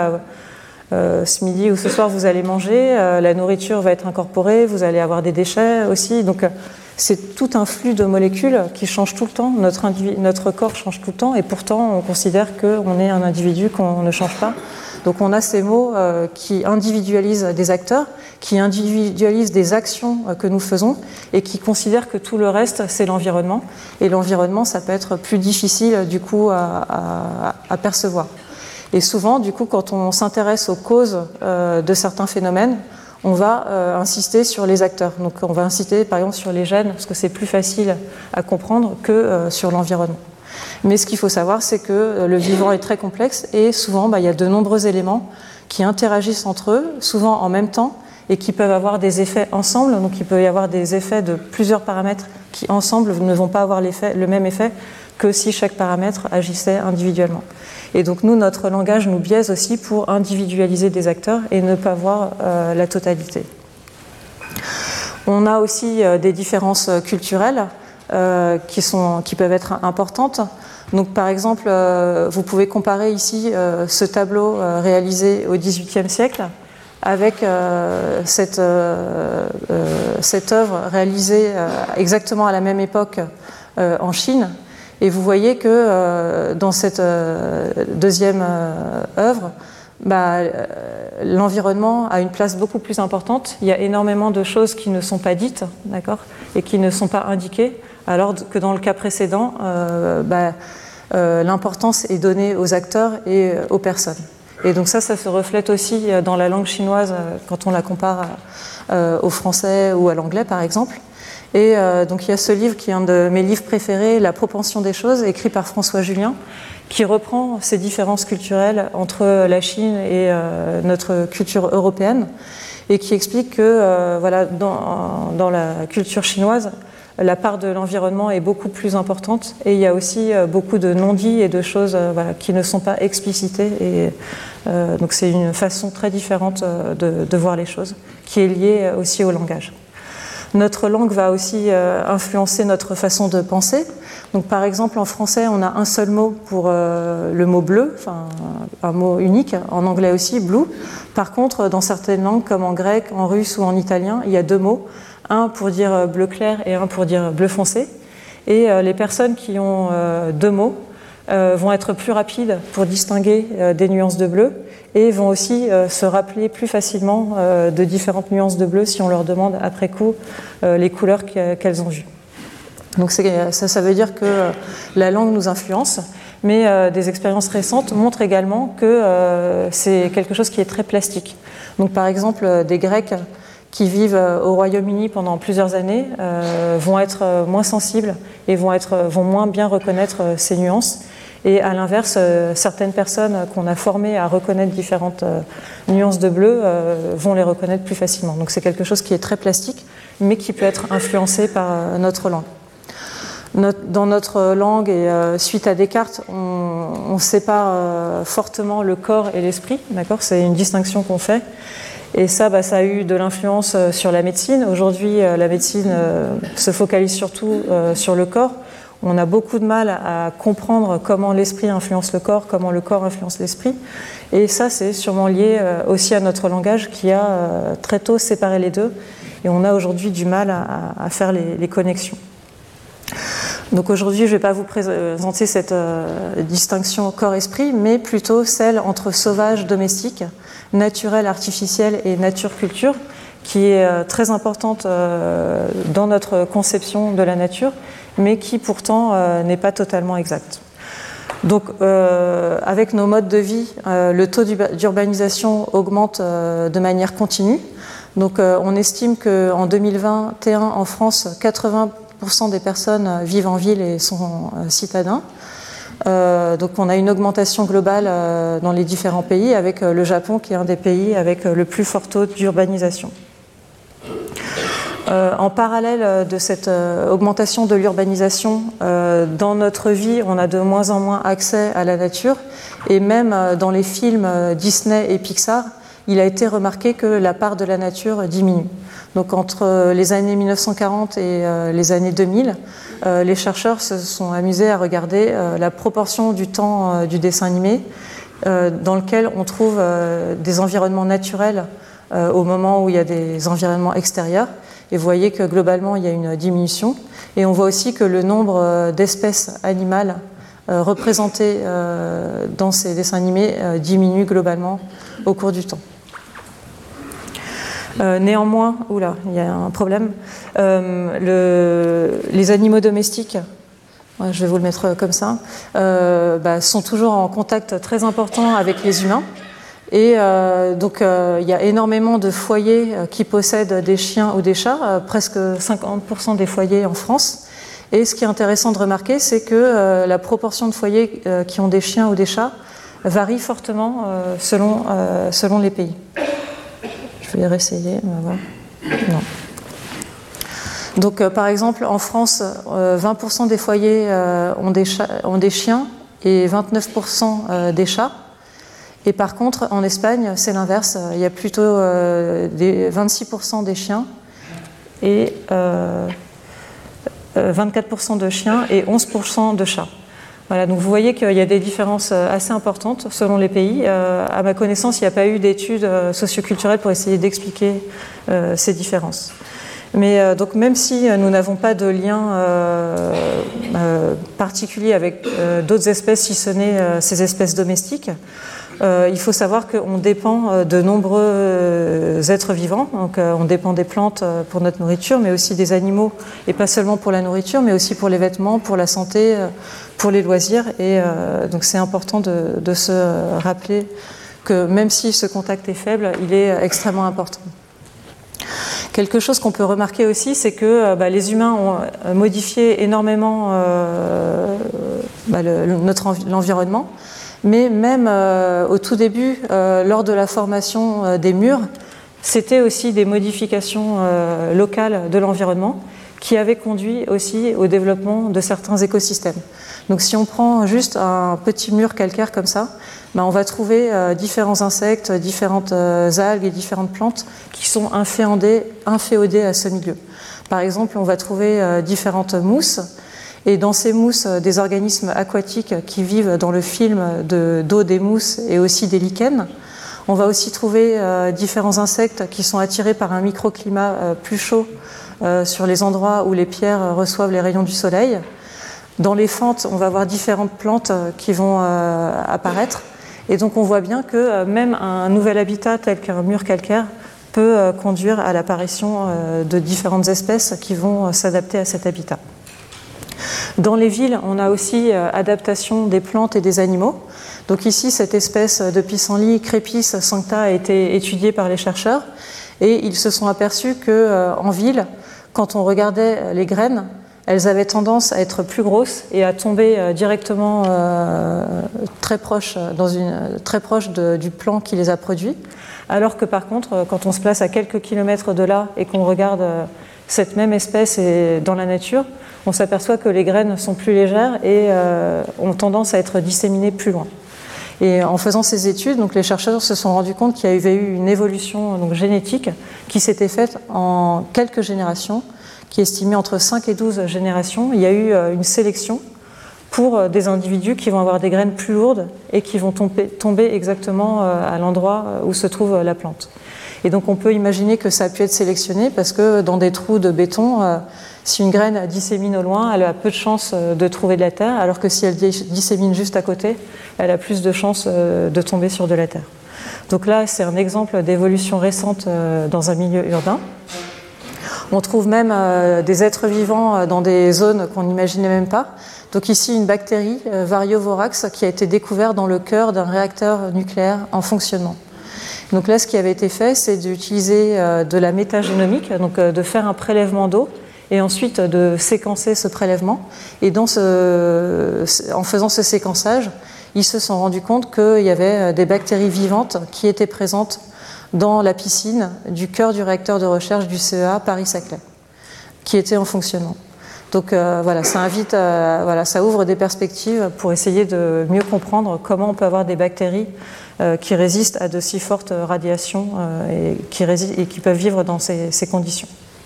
ce midi ou ce soir, vous allez manger, la nourriture va être incorporée, vous allez avoir des déchets aussi. Donc c'est tout un flux de molécules qui change tout le temps. Notre corps change tout le temps, et pourtant on considère qu'on est un individu, qu'on ne change pas. Donc on a ces mots qui individualisent des acteurs, qui individualisent des actions que nous faisons, et qui considèrent que tout le reste, c'est l'environnement. Et l'environnement, ça peut être plus difficile du coup à percevoir. Et souvent, du coup, quand on s'intéresse aux causes de certains phénomènes, on va insister sur les acteurs. Donc on va insister par exemple sur les gènes, parce que c'est plus facile à comprendre que sur l'environnement. Mais ce qu'il faut savoir, c'est que le vivant est très complexe, et souvent il y a de nombreux éléments qui interagissent entre eux, souvent en même temps, et qui peuvent avoir des effets ensemble. Donc il peut y avoir des effets de plusieurs paramètres qui ensemble ne vont pas avoir le même effet que si chaque paramètre agissait individuellement. Et donc nous, notre langage nous biaise aussi pour individualiser des acteurs et ne pas voir la totalité. On a aussi des différences culturelles qui peuvent être importantes. Donc par exemple, vous pouvez comparer ici ce tableau réalisé au XVIIIe siècle avec cette œuvre réalisée exactement à la même époque en Chine. Et vous voyez que dans cette deuxième œuvre, l'environnement a une place beaucoup plus importante. Il y a énormément de choses qui ne sont pas dites, d'accord, et qui ne sont pas indiquées, alors que dans le cas précédent, l'importance est donnée aux acteurs et aux personnes. Et donc ça se reflète aussi dans la langue chinoise quand on la compare au français ou à l'anglais, par exemple. Et donc il y a ce livre qui est un de mes livres préférés, La propension des choses, écrit par François Julien, qui reprend ces différences culturelles entre la Chine et notre culture européenne, et qui explique que dans la culture chinoise, la part de l'environnement est beaucoup plus importante, et il y a aussi beaucoup de non-dits et de choses qui ne sont pas explicitées, et donc c'est une façon très différente de voir les choses, qui est liée aussi au langage. Notre langue va aussi influencer notre façon de penser. Donc, par exemple, en français, on a un seul mot pour le mot bleu, enfin un mot unique. En anglais aussi, blue. Par contre, dans certaines langues, comme en grec, en russe ou en italien, il y a deux mots. Un pour dire bleu clair et un pour dire bleu foncé. Et les personnes qui ont deux mots vont être plus rapides pour distinguer des nuances de bleu, et vont aussi se rappeler plus facilement de différentes nuances de bleu si on leur demande après coup les couleurs qu'elles ont vues. Donc ça veut dire que la langue nous influence, mais des expériences récentes montrent également que c'est quelque chose qui est très plastique. Donc par exemple, des Grecs qui vivent au Royaume-Uni pendant plusieurs années vont être moins sensibles et vont moins bien reconnaître ces nuances. Et à l'inverse, certaines personnes qu'on a formées à reconnaître différentes nuances de bleu vont les reconnaître plus facilement. Donc c'est quelque chose qui est très plastique, mais qui peut être influencé par notre langue. Dans notre langue et suite à Descartes, on sépare fortement le corps et l'esprit, d'accord ? C'est une distinction qu'on fait. Et ça, ça a eu de l'influence sur la médecine. Aujourd'hui, la médecine se focalise surtout sur le corps. On a beaucoup de mal à comprendre comment l'esprit influence le corps, comment le corps influence l'esprit. Et ça, c'est sûrement lié aussi à notre langage qui a très tôt séparé les deux. Et on a aujourd'hui du mal à faire les connexions. Donc aujourd'hui, je ne vais pas vous présenter cette distinction corps-esprit, mais plutôt celle entre sauvage, domestique, naturel, artificiel et nature-culture, qui est très importante dans notre conception de la nature, mais qui pourtant n'est pas totalement exacte. Donc avec nos modes de vie, le taux d'urbanisation augmente de manière continue. Donc on estime qu'en 2021, en France, 80% des personnes vivent en ville et sont citadins. Donc on a une augmentation globale dans les différents pays, avec le Japon qui est un des pays avec le plus fort taux d'urbanisation. En parallèle de cette augmentation de l'urbanisation, dans notre vie, on a de moins en moins accès à la nature. Et même dans les films Disney et Pixar, il a été remarqué que la part de la nature diminue. Donc entre les années 1940 et les années 2000, les chercheurs se sont amusés à regarder la proportion du temps du dessin animé dans lequel on trouve des environnements naturels au moment où il y a des environnements extérieurs. Et vous voyez que globalement, il y a une diminution. Et on voit aussi que le nombre d'espèces animales représentées dans ces dessins animés diminue globalement au cours du temps. Néanmoins, oula, il y a un problème. Les animaux domestiques, je vais vous le mettre comme ça, sont toujours en contact très important avec les humains. Et donc il y a énormément de foyers qui possèdent des chiens ou des chats, presque 50% des foyers en France. Et ce qui est intéressant de remarquer, c'est que la proportion de foyers qui ont des chiens ou des chats varie fortement selon les pays. Je vais réessayer, on va voir. Non. Donc par exemple, en France, 20% des foyers ont des chiens et 29% des chats. Et par contre, en Espagne, c'est l'inverse. Il y a plutôt 26% des chiens et 24% de chiens et 11% de chats. Voilà, donc vous voyez qu'il y a des différences assez importantes selon les pays. À ma connaissance, il n'y a pas eu d'études socioculturelles pour essayer d'expliquer ces différences. Mais donc même si nous n'avons pas de lien particulier avec d'autres espèces, si ce n'est ces espèces domestiques, il faut savoir qu'on dépend de nombreux êtres vivants. Donc, on dépend des plantes pour notre nourriture, mais aussi des animaux, et pas seulement pour la nourriture, mais aussi pour les vêtements, pour la santé, pour les loisirs. Et donc c'est important de se rappeler que même si ce contact est faible, il est extrêmement important. Quelque chose qu'on peut remarquer aussi, c'est que les humains ont modifié énormément l'environnement. Mais même au tout début, lors de la formation des murs, c'était aussi des modifications locales de l'environnement qui avaient conduit aussi au développement de certains écosystèmes. Donc si on prend juste un petit mur calcaire comme ça, on va trouver différents insectes, différentes algues et différentes plantes qui sont inféodées à ce milieu. Par exemple, on va trouver différentes mousses. Et dans ces mousses, des organismes aquatiques qui vivent dans le film d'eau des mousses et aussi des lichens. On va aussi trouver différents insectes qui sont attirés par un microclimat plus chaud sur les endroits où les pierres reçoivent les rayons du soleil. Dans les fentes, on va avoir différentes plantes qui vont apparaître. Et donc on voit bien que même un nouvel habitat tel qu'un mur calcaire peut conduire à l'apparition de différentes espèces qui vont s'adapter à cet habitat. Dans les villes, on a aussi adaptation des plantes et des animaux. Donc ici, cette espèce de pissenlit Crépis sancta a été étudiée par les chercheurs et ils se sont aperçus qu'en ville, quand on regardait les graines, elles avaient tendance à être plus grosses et à tomber directement très proche du plant qui les a produits. Alors que par contre, quand on se place à quelques kilomètres de là et qu'on regarde cette même espèce dans la nature, on s'aperçoit que les graines sont plus légères et ont tendance à être disséminées plus loin. Et en faisant ces études, donc les chercheurs se sont rendus compte qu'il y avait eu une évolution donc, génétique qui s'était faite en quelques générations, qui est estimée entre 5 et 12 générations. Il y a eu une sélection pour des individus qui vont avoir des graines plus lourdes et qui vont tomber exactement à l'endroit où se trouve la plante. Et donc on peut imaginer que ça a pu être sélectionné parce que dans des trous de béton, si une graine dissémine au loin, elle a peu de chances de trouver de la terre, alors que si elle dissémine juste à côté, elle a plus de chances de tomber sur de la terre. Donc là, c'est un exemple d'évolution récente dans un milieu urbain. On trouve même des êtres vivants dans des zones qu'on n'imaginait même pas. Donc ici, une bactérie, Variovorax, qui a été découverte dans le cœur d'un réacteur nucléaire en fonctionnement. Donc là, ce qui avait été fait, c'est d'utiliser de la métagénomique, donc de faire un prélèvement d'eau et ensuite de séquencer ce prélèvement. Et en faisant ce séquençage, ils se sont rendus compte qu'il y avait des bactéries vivantes qui étaient présentes dans la piscine du cœur du réacteur de recherche du CEA Paris-Saclay, qui était en fonctionnement. Donc voilà, ça ouvre des perspectives pour essayer de mieux comprendre comment on peut avoir des bactéries qui résistent à de si fortes radiations et qui peuvent vivre dans ces conditions.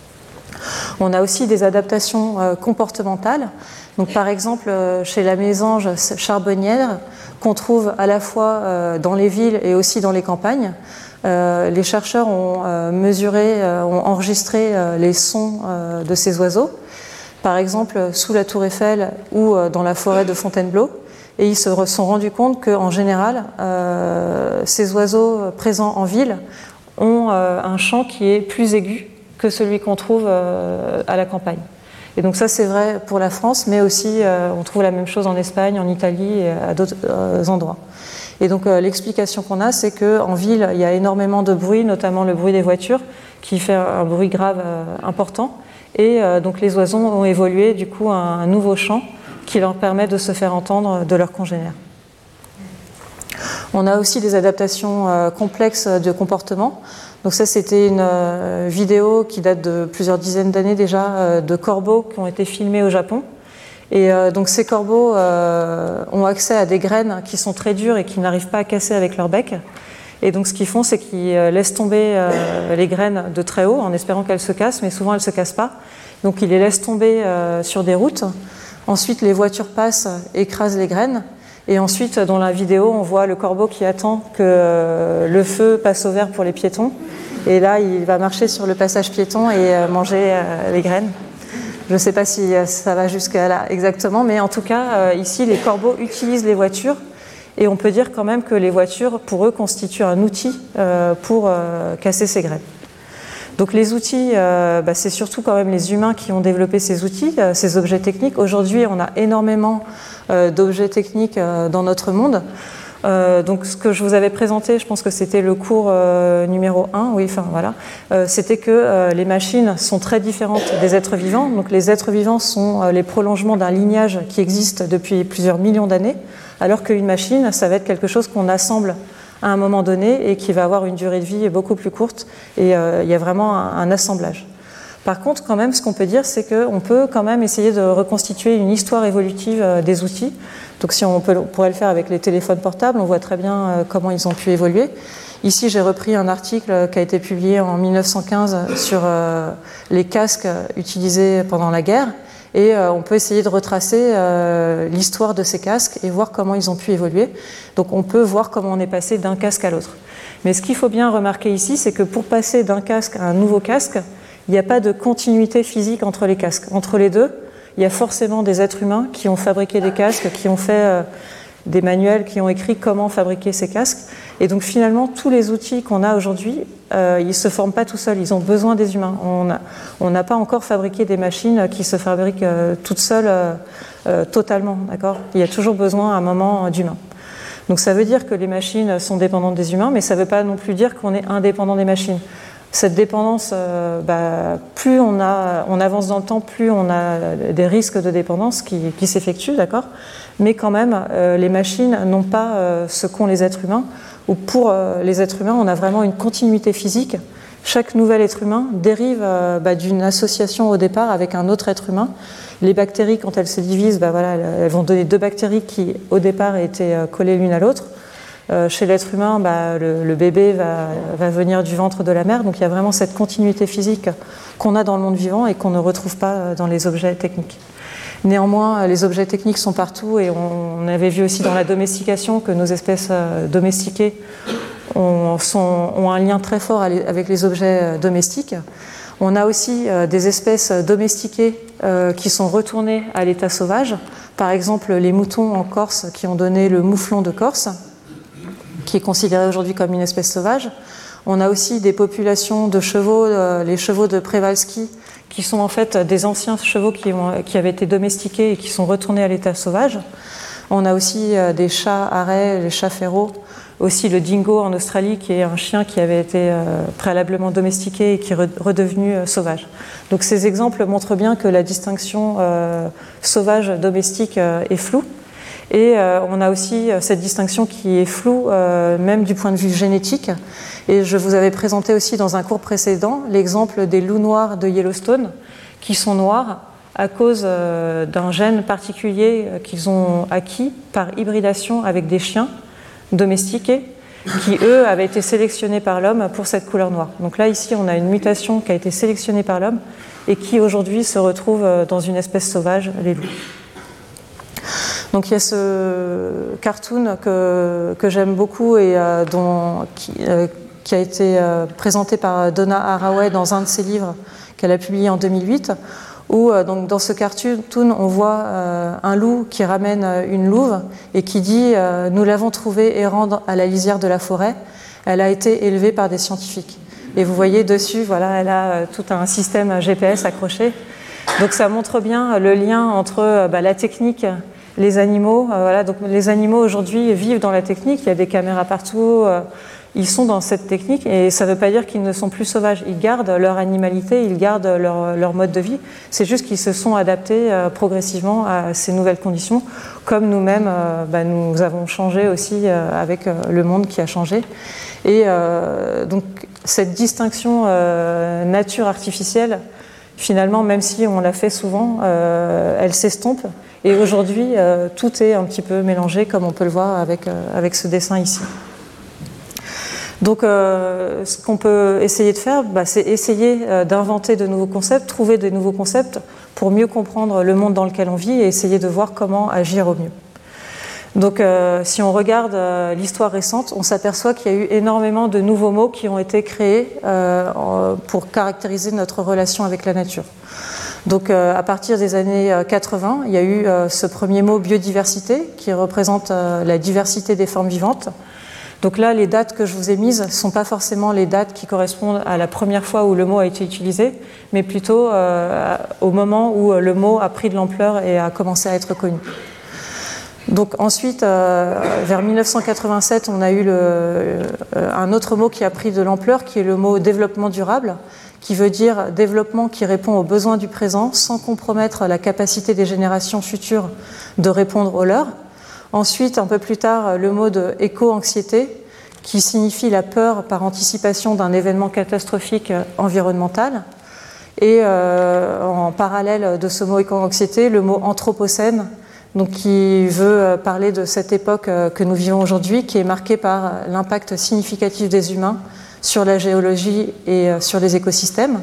On a aussi des adaptations comportementales. Donc, par exemple, chez la mésange charbonnière, qu'on trouve à la fois dans les villes et aussi dans les campagnes, les chercheurs ont ont enregistré les sons de ces oiseaux, par exemple sous la Tour Eiffel ou dans la forêt de Fontainebleau. Et ils se sont rendus compte qu'en général, ces oiseaux présents en ville ont un chant qui est plus aigu que celui qu'on trouve à la campagne. Et donc ça, c'est vrai pour la France, mais aussi on trouve la même chose en Espagne, en Italie et à d'autres endroits. Et donc l'explication qu'on a, c'est qu'en ville, il y a énormément de bruit, notamment le bruit des voitures, qui fait un bruit grave important. Et donc les oiseaux ont évolué du coup à un nouveau chant qui leur permet de se faire entendre de leurs congénères. On a aussi des adaptations complexes de comportement. Donc ça, c'était une vidéo qui date de plusieurs dizaines d'années déjà, de corbeaux qui ont été filmés au Japon. Et donc ces corbeaux ont accès à des graines qui sont très dures et qui n'arrivent pas à casser avec leur bec. Et donc ce qu'ils font, c'est qu'ils laissent tomber les graines de très haut en espérant qu'elles se cassent, mais souvent elles ne se cassent pas. Donc ils les laissent tomber sur des routes. Ensuite, les voitures passent, écrasent les graines. Et ensuite, dans la vidéo, on voit le corbeau qui attend que le feu passe au vert pour les piétons. Et là, il va marcher sur le passage piéton et manger les graines. Je ne sais pas si ça va jusqu'à là exactement, mais en tout cas, ici, les corbeaux utilisent les voitures. Et on peut dire quand même que les voitures, pour eux, constituent un outil pour casser ces graines. Donc les outils, c'est surtout quand même les humains qui ont développé ces outils, ces objets techniques. Aujourd'hui, on a énormément d'objets techniques dans notre monde. Donc ce que je vous avais présenté, je pense que c'était le cours numéro 1, oui, enfin voilà, c'était que les machines sont très différentes des êtres vivants. Donc les êtres vivants sont les prolongements d'un lignage qui existe depuis plusieurs millions d'années, alors qu'une machine, ça va être quelque chose qu'on assemble à un moment donné et qui va avoir une durée de vie beaucoup plus courte, et il y a vraiment un assemblage. Par contre, quand même, ce qu'on peut dire, c'est qu'on peut quand même essayer de reconstituer une histoire évolutive des outils. Donc si on pourrait le faire avec les téléphones portables, on voit très bien comment ils ont pu évoluer. Ici, j'ai repris un article qui a été publié en 1915 sur les casques utilisés pendant la guerre, et on peut essayer de retracer l'histoire de ces casques et voir comment ils ont pu évoluer. Donc on peut voir comment on est passé d'un casque à l'autre. Mais ce qu'il faut bien remarquer ici, c'est que pour passer d'un casque à un nouveau casque, il n'y a pas de continuité physique entre les casques. Entre les deux, il y a forcément des êtres humains qui ont fabriqué des casques, qui ont fait des manuels, qui ont écrit comment fabriquer ces casques. Et donc finalement, tous les outils qu'on a aujourd'hui, ils ne se forment pas tout seuls, ils ont besoin des humains. On n'a pas encore fabriqué des machines qui se fabriquent toutes seules totalement, d'accord ? Il y a toujours besoin à un moment d'humains. Donc ça veut dire que les machines sont dépendantes des humains, mais ça ne veut pas non plus dire qu'on est indépendant des machines. Cette dépendance, plus on avance dans le temps, plus on a des risques de dépendance qui s'effectuent, d'accord ? Mais quand même, les machines n'ont pas ce qu'ont les êtres humains, où pour les êtres humains, on a vraiment une continuité physique chaque nouvel être humain dérive d'une association au départ avec un autre être humain. Les bactéries, quand elles se divisent, elles vont donner 2 bactéries qui, au départ, étaient collées l'une à l'autre. Chez l'être humain, le bébé va venir du ventre de la mère. Donc il y a vraiment cette continuité physique qu'on a dans le monde vivant et qu'on ne retrouve pas dans les objets techniques. Néanmoins, les objets techniques sont partout et on avait vu aussi dans la domestication que nos espèces domestiquées ont un lien très fort avec les objets domestiques. On a aussi des espèces domestiquées qui sont retournées à l'état sauvage. Par exemple, les moutons en Corse qui ont donné le mouflon de Corse, qui est considéré aujourd'hui comme une espèce sauvage. On a aussi des populations de chevaux, les chevaux de Przewalski, qui sont en fait des anciens chevaux qui avaient été domestiqués et qui sont retournés à l'état sauvage. On a aussi des chats arrêts, les chats férots, aussi le dingo en Australie, qui est un chien qui avait été préalablement domestiqué et qui est redevenu sauvage. Donc ces exemples montrent bien que la distinction sauvage-domestique est floue. Et on a aussi cette distinction qui est floue, même du point de vue génétique. Et je vous avais présenté aussi dans un cours précédent l'exemple des loups noirs de Yellowstone, qui sont noirs à cause d'un gène particulier qu'ils ont acquis par hybridation avec des chiens domestiqués, qui eux avaient été sélectionnés par l'homme pour cette couleur noire. Donc là, ici, on a une mutation qui a été sélectionnée par l'homme et qui aujourd'hui se retrouve dans une espèce sauvage, les loups. Donc il y a ce cartoon que j'aime beaucoup et qui a été présenté par Donna Haraway dans un de ses livres qu'elle a publié en 2008, où donc, dans ce cartoon, on voit un loup qui ramène une louve et qui dit « Nous l'avons trouvée errant à la lisière de la forêt, elle a été élevée par des scientifiques ». Et vous voyez dessus, voilà, elle a tout un système GPS accroché. Donc ça montre bien le lien entre la technique, les animaux. Voilà, donc les animaux aujourd'hui vivent dans la technique, il y a des caméras partout, ils sont dans cette technique et ça ne veut pas dire qu'ils ne sont plus sauvages. Ils gardent leur animalité, ils gardent leur mode de vie. C'est juste qu'ils se sont adaptés progressivement à ces nouvelles conditions, comme nous-mêmes, nous avons changé aussi avec le monde qui a changé. Et donc cette distinction nature artificielle, finalement, même si on l'a fait souvent, elle s'estompe. Et aujourd'hui, tout est un petit peu mélangé, comme on peut le voir avec ce dessin ici. Donc, ce qu'on peut essayer de faire, c'est essayer d'inventer de nouveaux concepts, trouver de nouveaux concepts pour mieux comprendre le monde dans lequel on vit et essayer de voir comment agir au mieux. Donc, si on regarde l'histoire récente, on s'aperçoit qu'il y a eu énormément de nouveaux mots qui ont été créés pour caractériser notre relation avec la nature. Donc, à partir des années 80, il y a eu ce premier mot biodiversité qui représente la diversité des formes vivantes. Donc là, les dates que je vous ai mises ne sont pas forcément les dates qui correspondent à la première fois où le mot a été utilisé, mais plutôt au moment où le mot a pris de l'ampleur et a commencé à être connu. Donc ensuite, vers 1987, on a eu un autre mot qui a pris de l'ampleur, qui est le mot développement durable, qui veut dire développement qui répond aux besoins du présent sans compromettre la capacité des générations futures de répondre aux leurs. Ensuite, un peu plus tard, le mot de éco-anxiété, qui signifie la peur par anticipation d'un événement catastrophique environnemental. Et en parallèle de ce mot éco-anxiété, le mot anthropocène, donc qui veut parler de cette époque que nous vivons aujourd'hui, qui est marquée par l'impact significatif des humains sur la géologie et sur les écosystèmes.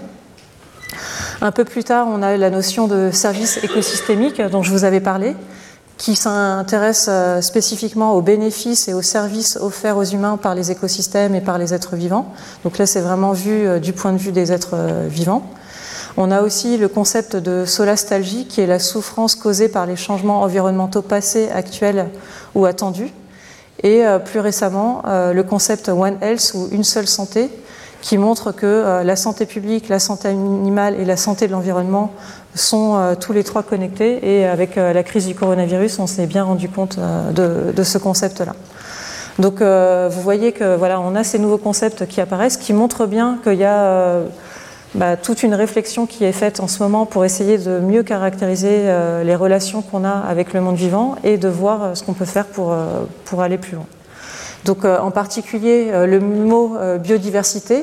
Un peu plus tard, on a la notion de service écosystémique dont je vous avais parlé, qui s'intéresse spécifiquement aux bénéfices et aux services offerts aux humains par les écosystèmes et par les êtres vivants. Donc là, c'est vraiment vu du point de vue des êtres vivants. On a aussi le concept de solastalgie, qui est la souffrance causée par les changements environnementaux passés, actuels ou attendus. Et plus récemment, le concept One Health, ou une seule santé, qui montre que la santé publique, la santé animale et la santé de l'environnement sont tous les trois connectés. Et avec la crise du coronavirus, on s'est bien rendu compte de ce concept-là. Donc vous voyez que voilà, on a ces nouveaux concepts qui apparaissent, qui montrent bien qu'il y a toute une réflexion qui est faite en ce moment pour essayer de mieux caractériser les relations qu'on a avec le monde vivant et de voir ce qu'on peut faire pour aller plus loin. Donc en particulier le mot biodiversité,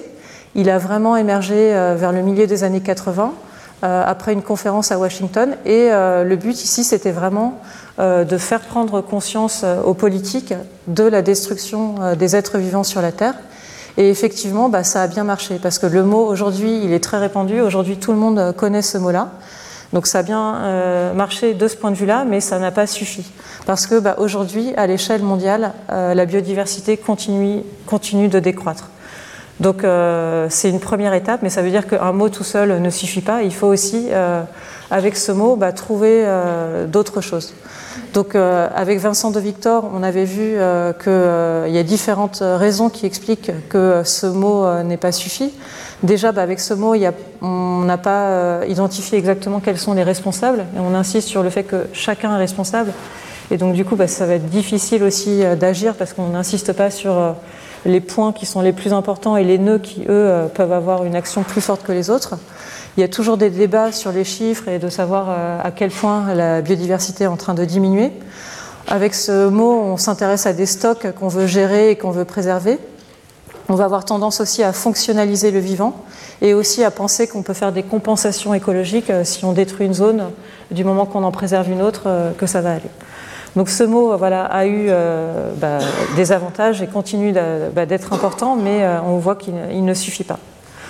Il a vraiment émergé vers le milieu des années 80, après une conférence à Washington. Et le but ici, c'était vraiment de faire prendre conscience aux politiques de la destruction des êtres vivants sur la Terre. Et effectivement, ça a bien marché, parce que le mot, aujourd'hui, il est très répandu. Aujourd'hui, tout le monde connaît ce mot-là. Donc ça a bien marché de ce point de vue-là, mais ça n'a pas suffi. Parce que aujourd'hui, à l'échelle mondiale, la biodiversité continue de décroître. Donc c'est une première étape, mais ça veut dire qu'un mot tout seul ne suffit pas. Il faut aussi, avec ce mot, trouver d'autres choses. Donc avec Vincent de Victor, on avait vu qu'il y a différentes raisons qui expliquent que ce mot n'est pas suffi. Déjà, avec ce mot, on n'a pas identifié exactement quels sont les responsables, et on insiste sur le fait que chacun est responsable. Et donc du coup, ça va être difficile aussi d'agir, parce qu'on n'insiste pas sur les points qui sont les plus importants et les nœuds qui, eux, peuvent avoir une action plus forte que les autres. Il y a toujours des débats sur les chiffres et de savoir à quel point la biodiversité est en train de diminuer. Avec ce mot, on s'intéresse à des stocks qu'on veut gérer et qu'on veut préserver. On va avoir tendance aussi à fonctionnaliser le vivant et aussi à penser qu'on peut faire des compensations écologiques si on détruit une zone, du moment qu'on en préserve une autre, que ça va aller. Donc ce mot a eu des avantages et continue d'être important, mais on voit qu'il ne suffit pas.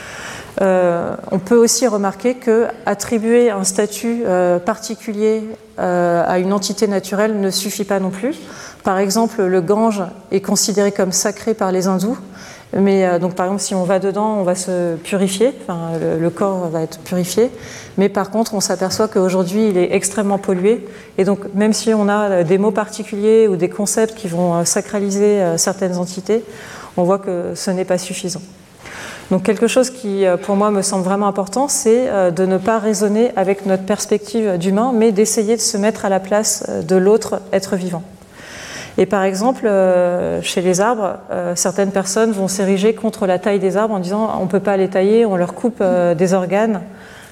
On peut aussi remarquer qu'attribuer un statut particulier à une entité naturelle ne suffit pas non plus. Par exemple, le Gange est considéré comme sacré par les hindous, mais donc par exemple si on va dedans, on va se purifier, le corps va être purifié, mais par contre on s'aperçoit qu'aujourd'hui il est extrêmement pollué, et donc même si on a des mots particuliers ou des concepts qui vont sacraliser certaines entités, on voit que ce n'est pas suffisant. Donc quelque chose qui, pour moi, me semble vraiment important, c'est de ne pas raisonner avec notre perspective d'humain, mais d'essayer de se mettre à la place de l'autre être vivant. Et par exemple, chez les arbres, certaines personnes vont s'ériger contre la taille des arbres en disant on ne peut pas les tailler, on leur coupe des organes,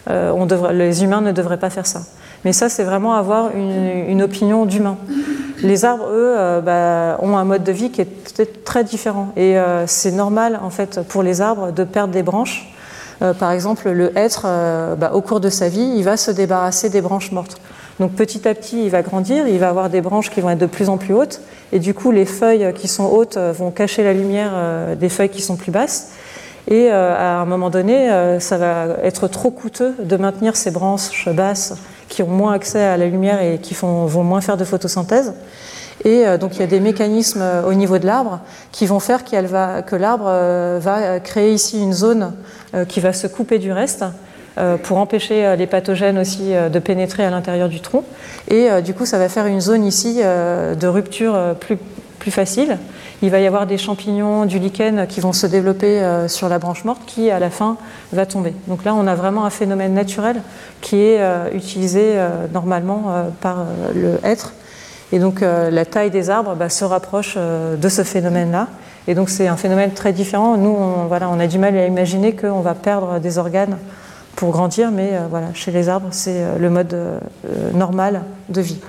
les humains ne devraient pas faire ça. Mais ça, c'est vraiment avoir une opinion d'humain. Les arbres, eux, ont un mode de vie qui est très différent. Et c'est normal, en fait, pour les arbres de perdre des branches. Par exemple, le hêtre, au cours de sa vie, il va se débarrasser des branches mortes. Donc petit à petit, il va grandir, il va avoir des branches qui vont être de plus en plus hautes. Et du coup, les feuilles qui sont hautes vont cacher la lumière des feuilles qui sont plus basses. Et à un moment donné, ça va être trop coûteux de maintenir ces branches basses qui ont moins accès à la lumière et qui vont moins faire de photosynthèse. Et donc il y a des mécanismes au niveau de l'arbre qui vont faire que l'arbre va créer ici une zone qui va se couper du reste pour empêcher les pathogènes aussi de pénétrer à l'intérieur du tronc. Et du coup, ça va faire une zone ici de rupture plus facile. Il va y avoir des champignons, du lichen qui vont se développer sur la branche morte qui, à la fin, va tomber. Donc là, on a vraiment un phénomène naturel qui est utilisé normalement par le hêtre. Et donc la taille des arbres se rapproche de ce phénomène-là. Et donc c'est un phénomène très différent. Nous, on a du mal à imaginer qu'on va perdre des organes pour grandir, mais chez les arbres, c'est le mode normal de vie.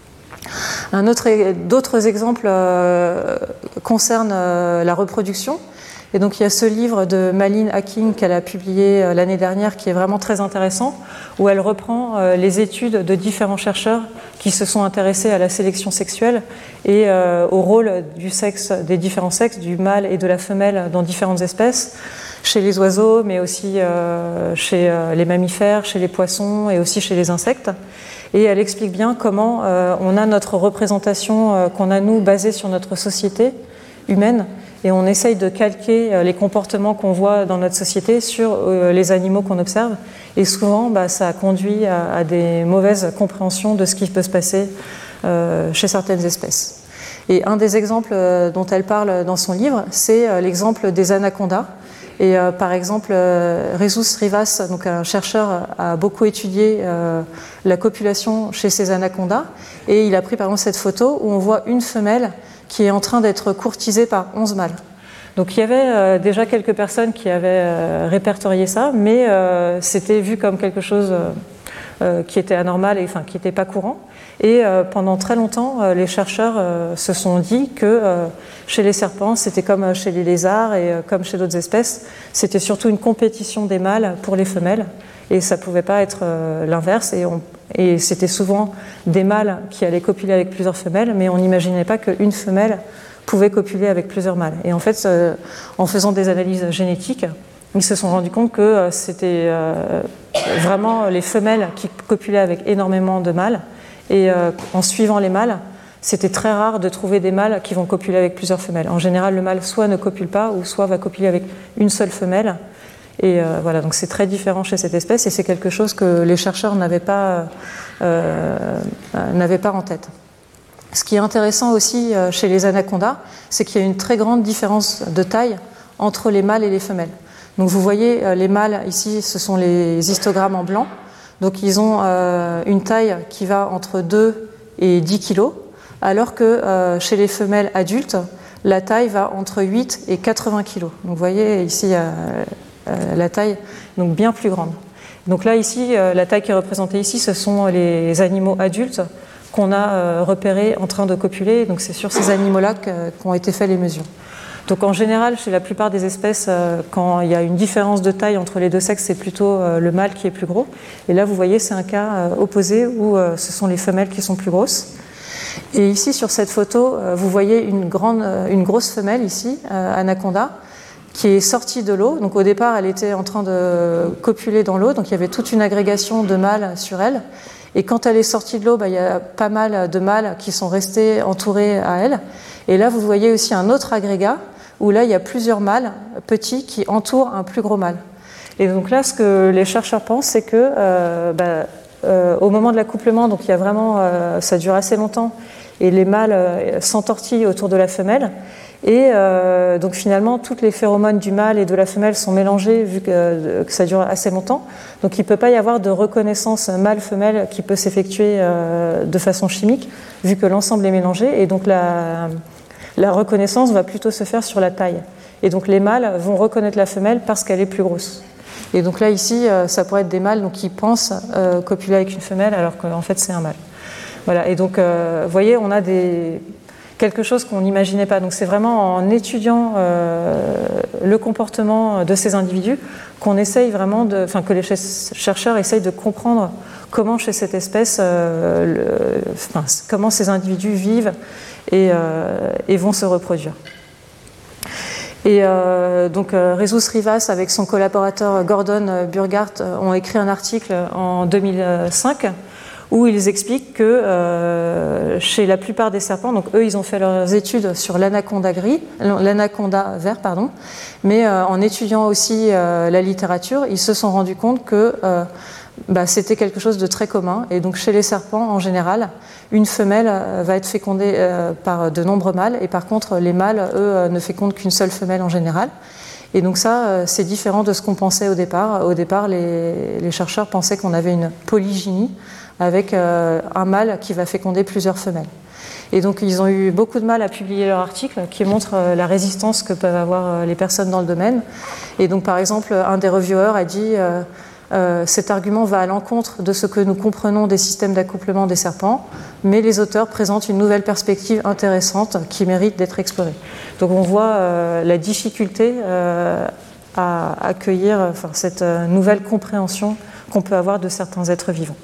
D'autres exemples concernent la reproduction. Et donc il y a ce livre de Malin Hacking qu'elle a publié l'année dernière qui est vraiment très intéressant, où elle reprend les études de différents chercheurs qui se sont intéressés à la sélection sexuelle et au rôle des différents sexes, du mâle et de la femelle dans différentes espèces, chez les oiseaux, mais aussi chez les mammifères, chez les poissons et aussi chez les insectes. Et elle explique bien comment on a notre représentation qu'on a, nous, basée sur notre société humaine, et on essaye de calquer les comportements qu'on voit dans notre société sur les animaux qu'on observe. Et souvent, ça conduit à des mauvaises compréhensions de ce qui peut se passer chez certaines espèces. Et un des exemples dont elle parle dans son livre, c'est l'exemple des anacondas. Et par exemple, Jesus Rivas, donc un chercheur, a beaucoup étudié la copulation chez ces anacondas. Et il a pris par exemple cette photo où on voit une femelle qui est en train d'être courtisée par 11 mâles. Donc il y avait déjà quelques personnes qui avaient répertorié ça, mais c'était vu comme quelque chose qui était anormal et qui n'était pas courant. Et pendant très longtemps, les chercheurs se sont dit que chez les serpents, c'était comme chez les lézards et comme chez d'autres espèces, c'était surtout une compétition des mâles pour les femelles. Et ça ne pouvait pas être l'inverse. Et c'était souvent des mâles qui allaient copuler avec plusieurs femelles, mais on n'imaginait pas qu'une femelle pouvait copuler avec plusieurs mâles. Et en fait, en faisant des analyses génétiques, ils se sont rendus compte que c'était vraiment les femelles qui copulaient avec énormément de mâles. Et en suivant les mâles, c'était très rare de trouver des mâles qui vont copuler avec plusieurs femelles. En général, le mâle soit ne copule pas, ou soit va copuler avec une seule femelle. Et voilà, donc c'est très différent chez cette espèce, et c'est quelque chose que les chercheurs n'avaient pas en tête. Ce qui est intéressant aussi chez les anacondas, c'est qu'il y a une très grande différence de taille entre les mâles et les femelles. Donc vous voyez, les mâles, ici, ce sont les histogrammes en blanc. Donc ils ont une taille qui va entre 2 et 10 kg, alors que chez les femelles adultes, la taille va entre 8 et 80 kg. Donc vous voyez, ici, la taille donc bien plus grande. Donc là, ici, la taille qui est représentée ici, ce sont les animaux adultes qu'on a repérés en train de copuler. Donc c'est sur ces animaux-là qu'ont été faites les mesures. Donc en général, chez la plupart des espèces, quand il y a une différence de taille entre les deux sexes, c'est plutôt le mâle qui est plus gros. Et là, vous voyez, c'est un cas opposé où ce sont les femelles qui sont plus grosses. Et ici, sur cette photo, vous voyez une grosse femelle ici, anaconda, qui est sortie de l'eau. Donc au départ, elle était en train de copuler dans l'eau, donc il y avait toute une agrégation de mâles sur elle. Et quand elle est sortie de l'eau, il y a pas mal de mâles qui sont restés entourés à elle. Et là, vous voyez aussi un autre agrégat, où là, il y a plusieurs mâles petits qui entourent un plus gros mâle. Et donc là, ce que les chercheurs pensent, c'est que au moment de l'accouplement, donc il y a vraiment, ça dure assez longtemps, et les mâles s'entortillent autour de la femelle. Et donc finalement, toutes les phéromones du mâle et de la femelle sont mélangées vu que ça dure assez longtemps. Donc il ne peut pas y avoir de reconnaissance mâle-femelle qui peut s'effectuer de façon chimique vu que l'ensemble est mélangé. Et donc la reconnaissance va plutôt se faire sur la taille. Et donc les mâles vont reconnaître la femelle parce qu'elle est plus grosse. Et donc là ici, ça pourrait être des mâles qui pensent copuler avec une femelle alors qu'en fait c'est un mâle. Voilà. Et donc vous voyez, on a quelque chose qu'on n'imaginait pas. Donc c'est vraiment en étudiant le comportement de ces individus qu'on essaye vraiment que les chercheurs essayent de comprendre comment chez cette espèce, comment ces individus vivent et vont se reproduire. Et donc Jesus Rivas avec son collaborateur Gordon Burghardt ont écrit un article en 2005 où ils expliquent que chez la plupart des serpents, donc eux ils ont fait leurs études sur l'anaconda vert, mais en étudiant aussi la littérature, ils se sont rendus compte que c'était quelque chose de très commun. Et donc chez les serpents, en général, une femelle va être fécondée par de nombreux mâles, et par contre les mâles, eux, ne fécondent qu'une seule femelle en général. Et donc ça, c'est différent de ce qu'on pensait au départ. Au départ, les chercheurs pensaient qu'on avait une polygynie, avec un mâle qui va féconder plusieurs femelles. Et donc ils ont eu beaucoup de mal à publier leur article qui montre la résistance que peuvent avoir les personnes dans le domaine. Et donc par exemple, un des reviewers a dit cet argument va à l'encontre de ce que nous comprenons des systèmes d'accouplement des serpents, mais les auteurs présentent une nouvelle perspective intéressante qui mérite d'être explorée. Donc on voit la difficulté à accueillir cette nouvelle compréhension qu'on peut avoir de certains êtres vivants.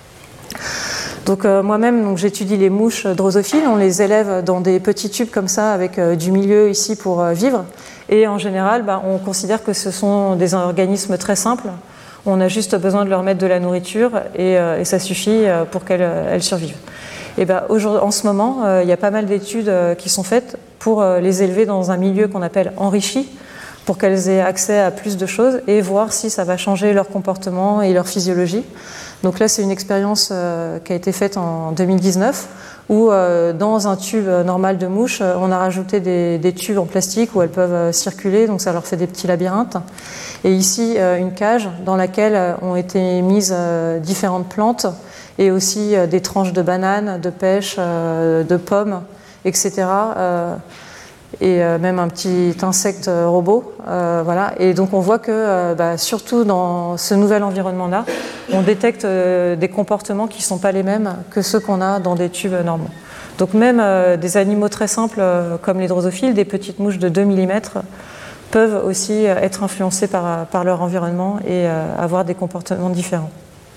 Donc moi-même, j'étudie les mouches drosophiles, on les élève dans des petits tubes comme ça avec du milieu ici pour vivre, et en général on considère que ce sont des organismes très simples, on a juste besoin de leur mettre de la nourriture et ça suffit pour qu'elles survivent. Et en ce moment, il y a pas mal d'études qui sont faites pour les élever dans un milieu qu'on appelle enrichi, pour qu'elles aient accès à plus de choses et voir si ça va changer leur comportement et leur physiologie. Donc là, c'est une expérience qui a été faite en 2019 où dans un tube normal de mouche, on a rajouté des tubes en plastique où elles peuvent circuler, donc ça leur fait des petits labyrinthes. Et ici, une cage dans laquelle ont été mises différentes plantes et aussi des tranches de bananes, de pêches, de pommes, etc., et même un petit insecte robot. Voilà. Et donc on voit que surtout dans ce nouvel environnement-là, on détecte des comportements qui ne sont pas les mêmes que ceux qu'on a dans des tubes normaux. Donc même des animaux très simples comme les drosophiles, des petites mouches de 2 mm, peuvent aussi être influencés par leur environnement et avoir des comportements différents.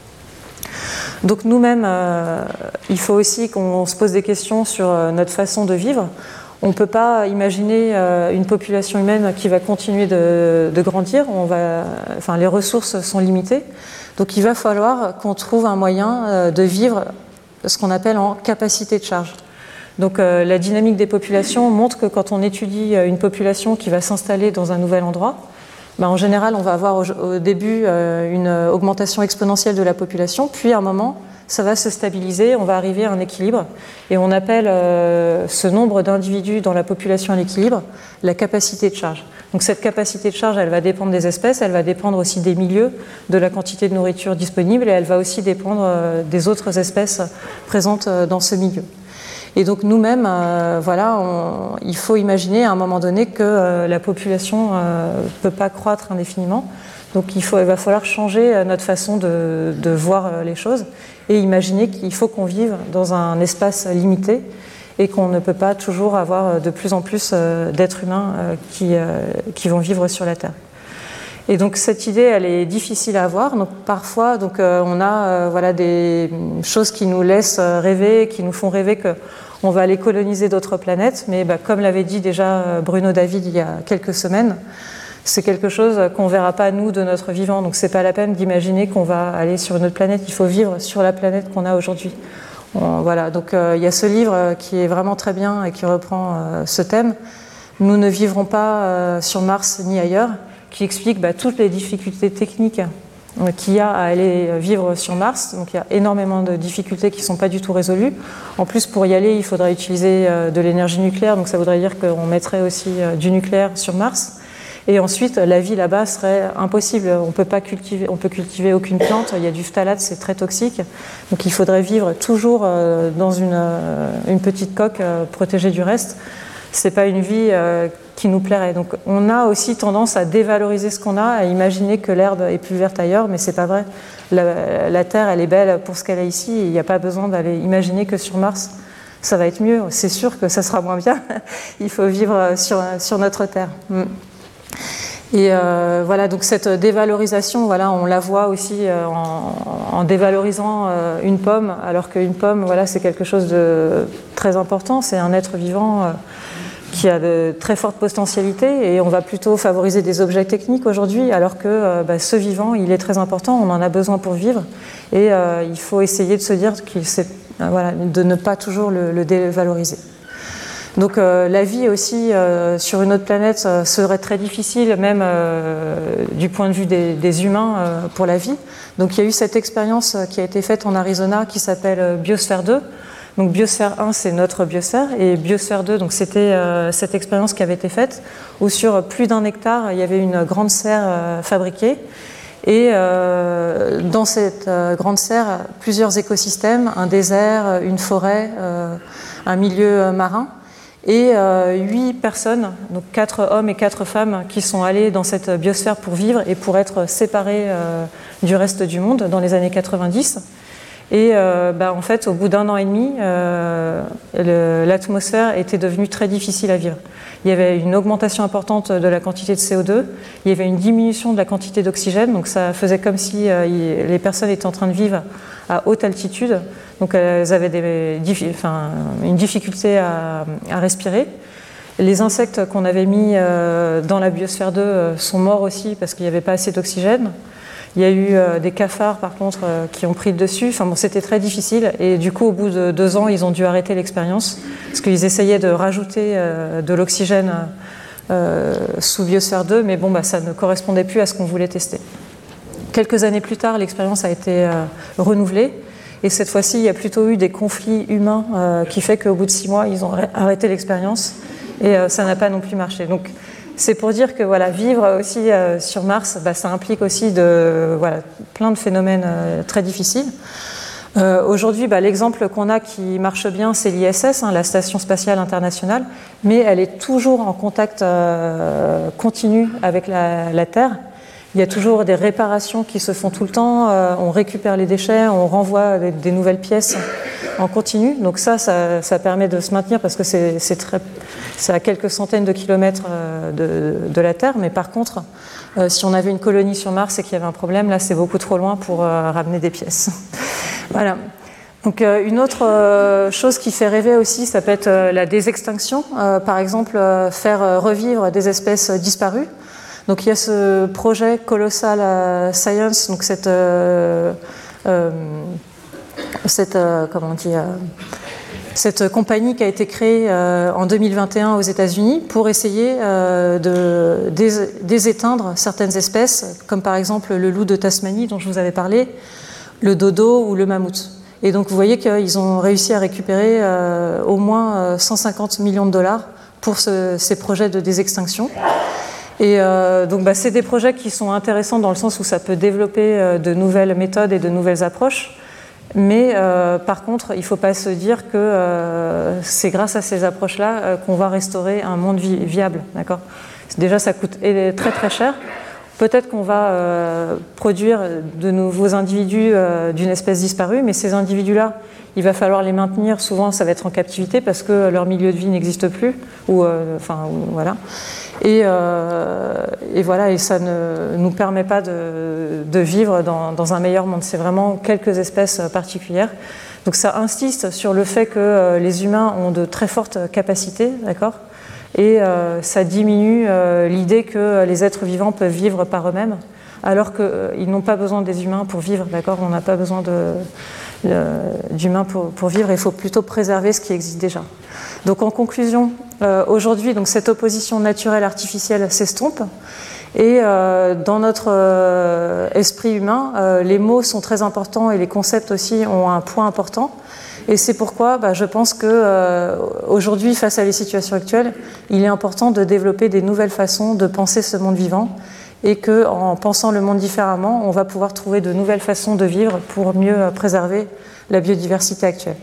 Donc nous-mêmes, il faut aussi qu'on se pose des questions sur notre façon de vivre. On ne peut pas imaginer une population humaine qui va continuer de grandir. Les ressources sont limitées. Donc il va falloir qu'on trouve un moyen de vivre ce qu'on appelle en capacité de charge. Donc la dynamique des populations montre que quand on étudie une population qui va s'installer dans un nouvel endroit, en général on va avoir au début une augmentation exponentielle de la population, puis à un moment ça va se stabiliser, on va arriver à un équilibre, et on appelle ce nombre d'individus dans la population à l'équilibre la capacité de charge. Donc cette capacité de charge, elle va dépendre des espèces, elle va dépendre aussi des milieux, de la quantité de nourriture disponible, et elle va aussi dépendre des autres espèces présentes dans ce milieu. Et donc nous-mêmes, il faut imaginer à un moment donné que la population ne peut pas croître indéfiniment. Donc il va falloir changer notre façon de voir les choses et imaginer qu'il faut qu'on vive dans un espace limité et qu'on ne peut pas toujours avoir de plus en plus d'êtres humains qui vont vivre sur la Terre. Et donc cette idée, elle est difficile à avoir. Donc parfois, on a des choses qui nous laissent rêver, qui nous font rêver qu'on va aller coloniser d'autres planètes. Mais comme l'avait dit déjà Bruno David il y a quelques semaines, c'est quelque chose qu'on ne verra pas nous de notre vivant. Donc c'est pas la peine d'imaginer qu'on va aller sur une autre planète. Il faut vivre sur la planète qu'on a aujourd'hui. Voilà. Donc il y a ce livre qui est vraiment très bien et qui reprend ce thème. Nous ne vivrons pas sur Mars ni ailleurs, qui explique toutes les difficultés techniques qu'il y a à aller vivre sur Mars. Donc il y a énormément de difficultés qui ne sont pas du tout résolues. En plus, pour y aller, il faudrait utiliser de l'énergie nucléaire, donc ça voudrait dire qu'on mettrait aussi du nucléaire sur Mars. Et ensuite, la vie là-bas serait impossible. On peut cultiver aucune plante, il y a du phtalate, c'est très toxique. Donc il faudrait vivre toujours dans une petite coque protégée du reste. C'est pas une vie qui nous plairait. Donc on a aussi tendance à dévaloriser ce qu'on a, à imaginer que l'herbe est plus verte ailleurs, mais c'est pas vrai. La Terre, elle est belle pour ce qu'elle a ici, et il n'y a pas besoin d'aller imaginer que sur Mars, ça va être mieux. C'est sûr que ça sera moins bien. Il faut vivre sur notre Terre. Et donc cette dévalorisation, on la voit aussi en dévalorisant une pomme, alors qu'une pomme, c'est quelque chose de très important. C'est un être vivant qui a de très fortes potentialités, et on va plutôt favoriser des objets techniques aujourd'hui, alors que ce vivant, il est très important, on en a besoin pour vivre, et il faut essayer de se dire de ne pas toujours le dévaloriser. Donc la vie aussi sur une autre planète serait très difficile, même du point de vue des humains pour la vie. Donc il y a eu cette expérience qui a été faite en Arizona qui s'appelle Biosphère 2. Donc Biosphère 1, c'est notre biosphère, et Biosphère 2, donc c'était cette expérience qui avait été faite, où sur plus d'1 hectare, il y avait une grande serre fabriquée, et dans cette grande serre, plusieurs écosystèmes, un désert, une forêt, un milieu marin, et 8 personnes, donc 4 hommes et 4 femmes, qui sont allés dans cette biosphère pour vivre et pour être séparés du reste du monde dans les années 90. Et en fait, au bout d'1 an et demi, l'atmosphère était devenue très difficile à vivre. Il y avait une augmentation importante de la quantité de CO2, il y avait une diminution de la quantité d'oxygène, donc ça faisait comme si les personnes étaient en train de vivre à haute altitude, donc elles avaient une difficulté à respirer. Les insectes qu'on avait mis dans la biosphère 2 sont morts aussi parce qu'il n'y avait pas assez d'oxygène. Il y a eu des cafards, par contre, qui ont pris le dessus. C'était très difficile. Et du coup, au bout de 2 ans, ils ont dû arrêter l'expérience parce qu'ils essayaient de rajouter de l'oxygène sous Biosphère 2, mais ça ne correspondait plus à ce qu'on voulait tester. Quelques années plus tard, l'expérience a été renouvelée. Et cette fois-ci, il y a plutôt eu des conflits humains qui fait qu'au bout de 6 mois, ils ont arrêté l'expérience. Et ça n'a pas non plus marché. Donc, c'est pour dire que vivre aussi sur Mars, ça implique aussi plein de phénomènes très difficiles. Aujourd'hui, l'exemple qu'on a qui marche bien, c'est l'ISS, la Station spatiale internationale, mais elle est toujours en contact continu avec la Terre. Il y a toujours des réparations qui se font tout le temps, on récupère les déchets, on renvoie des nouvelles pièces en continu. Donc ça permet de se maintenir parce que c'est à quelques centaines de kilomètres de la Terre. Mais par contre, si on avait une colonie sur Mars et qu'il y avait un problème, là c'est beaucoup trop loin pour ramener des pièces. Voilà. Donc une autre chose qui fait rêver aussi, ça peut être la désextinction. Par exemple, faire revivre des espèces disparues. Donc il y a ce projet Colossal Science, donc cette compagnie qui a été créée en 2021 aux États-Unis pour essayer de déséteindre certaines espèces, comme par exemple le loup de Tasmanie dont je vous avais parlé, le dodo ou le mammouth. Et donc vous voyez qu'ils ont réussi à récupérer au moins 150 millions de dollars pour ces projets de désextinction. Et donc c'est des projets qui sont intéressants dans le sens où ça peut développer de nouvelles méthodes et de nouvelles approches. Mais par contre, il ne faut pas se dire que c'est grâce à ces approches-là qu'on va restaurer un monde viable. D'accord ? Déjà, ça coûte très très cher. Peut-être qu'on va produire de nouveaux individus d'une espèce disparue, mais ces individus-là, il va falloir les maintenir. Souvent, ça va être en captivité parce que leur milieu de vie n'existe plus. Voilà. Et voilà, et ça ne nous permet pas de vivre dans un meilleur monde. C'est vraiment quelques espèces particulières. Donc ça insiste sur le fait que les humains ont de très fortes capacités, d'accord ? Et ça diminue l'idée que les êtres vivants peuvent vivre par eux-mêmes, alors qu'ils n'ont pas besoin des humains pour vivre, d'accord ? On n'a pas besoin d'humains pour vivre, il faut plutôt préserver ce qui existe déjà. Donc en conclusion, aujourd'hui, donc, cette opposition naturelle-artificielle s'estompe, et dans notre esprit humain, les mots sont très importants et les concepts aussi ont un point important. Et c'est pourquoi je pense qu'aujourd'hui, face à les situations actuelles, il est important de développer des nouvelles façons de penser ce monde vivant, et qu'en pensant le monde différemment, on va pouvoir trouver de nouvelles façons de vivre pour mieux préserver la biodiversité actuelle.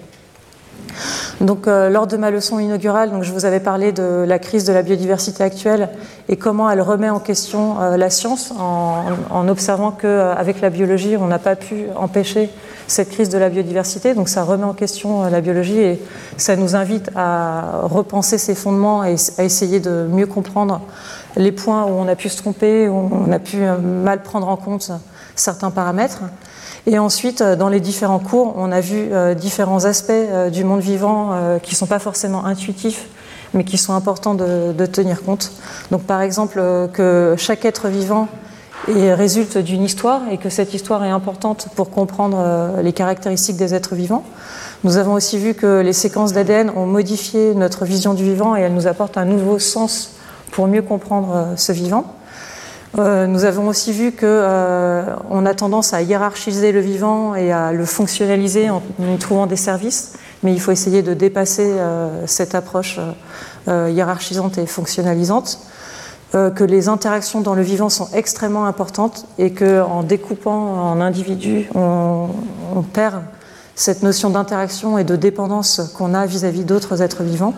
Donc, lors de ma leçon inaugurale, je vous avais parlé de la crise de la biodiversité actuelle et comment elle remet en question la science en observant qu'avec la biologie, on n'a pas pu empêcher cette crise de la biodiversité. Donc ça remet en question la biologie et ça nous invite à repenser ses fondements et à essayer de mieux comprendre les points où on a pu se tromper, où on a pu mal prendre en compte certains paramètres. Et ensuite, dans les différents cours, on a vu différents aspects du monde vivant qui ne sont pas forcément intuitifs, mais qui sont importants de tenir compte. Donc par exemple, que chaque être vivant résulte d'une histoire et que cette histoire est importante pour comprendre les caractéristiques des êtres vivants. Nous avons aussi vu que les séquences d'ADN ont modifié notre vision du vivant et elles nous apportent un nouveau sens pour mieux comprendre ce vivant. Nous avons aussi vu qu'on a tendance à hiérarchiser le vivant et à le fonctionnaliser en y trouvant des services, mais il faut essayer de dépasser cette approche hiérarchisante et fonctionnalisante, que les interactions dans le vivant sont extrêmement importantes et qu'en découpant en individus, on perd cette notion d'interaction et de dépendance qu'on a vis-à-vis d'autres êtres vivants.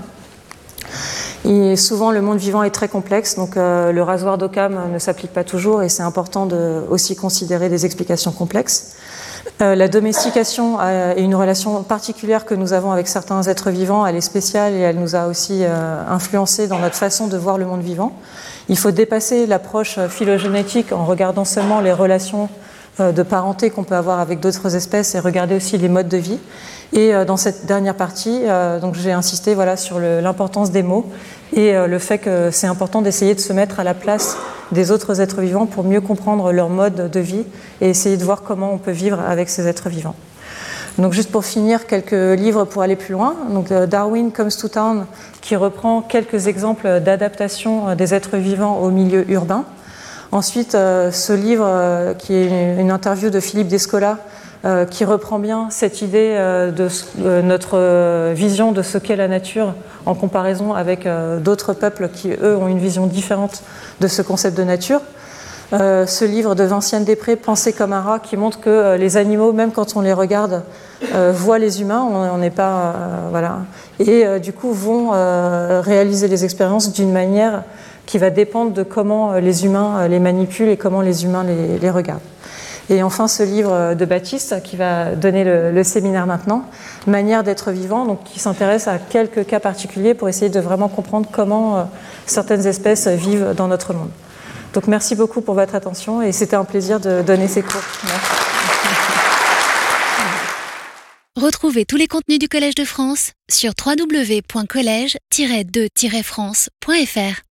Et souvent, le monde vivant est très complexe, donc le rasoir d'Occam ne s'applique pas toujours et c'est important de aussi considérer des explications complexes. La domestication est une relation particulière que nous avons avec certains êtres vivants, elle est spéciale et elle nous a aussi influencé dans notre façon de voir le monde vivant. Il faut dépasser l'approche phylogénétique en regardant seulement les relations de parenté qu'on peut avoir avec d'autres espèces et regarder aussi les modes de vie. Et dans cette dernière partie, donc j'ai insisté sur l'importance des mots et le fait que c'est important d'essayer de se mettre à la place des autres êtres vivants pour mieux comprendre leur mode de vie et essayer de voir comment on peut vivre avec ces êtres vivants. Donc juste pour finir, quelques livres pour aller plus loin. Donc Darwin Comes to Town, qui reprend quelques exemples d'adaptation des êtres vivants au milieu urbain. Ensuite, ce livre qui est une interview de Philippe Descola, qui reprend bien cette idée de notre vision de ce qu'est la nature en comparaison avec d'autres peuples qui, eux, ont une vision différente de ce concept de nature. ce livre de Vinciane Després, Penser comme un rat, qui montre que les animaux, même quand on les regarde, voient les humains, on n'est pas... voilà. Et du coup vont réaliser les expériences d'une manière qui va dépendre de comment les humains les manipulent et comment les humains les regardent. Et enfin, ce livre de Baptiste, qui va donner le séminaire maintenant, Manière d'être vivant, donc qui s'intéresse à quelques cas particuliers pour essayer de vraiment comprendre comment certaines espèces vivent dans notre monde. Donc merci beaucoup pour votre attention et c'était un plaisir de donner ces cours. Merci. Retrouvez tous les contenus du Collège de France sur www.collège-2-france.fr.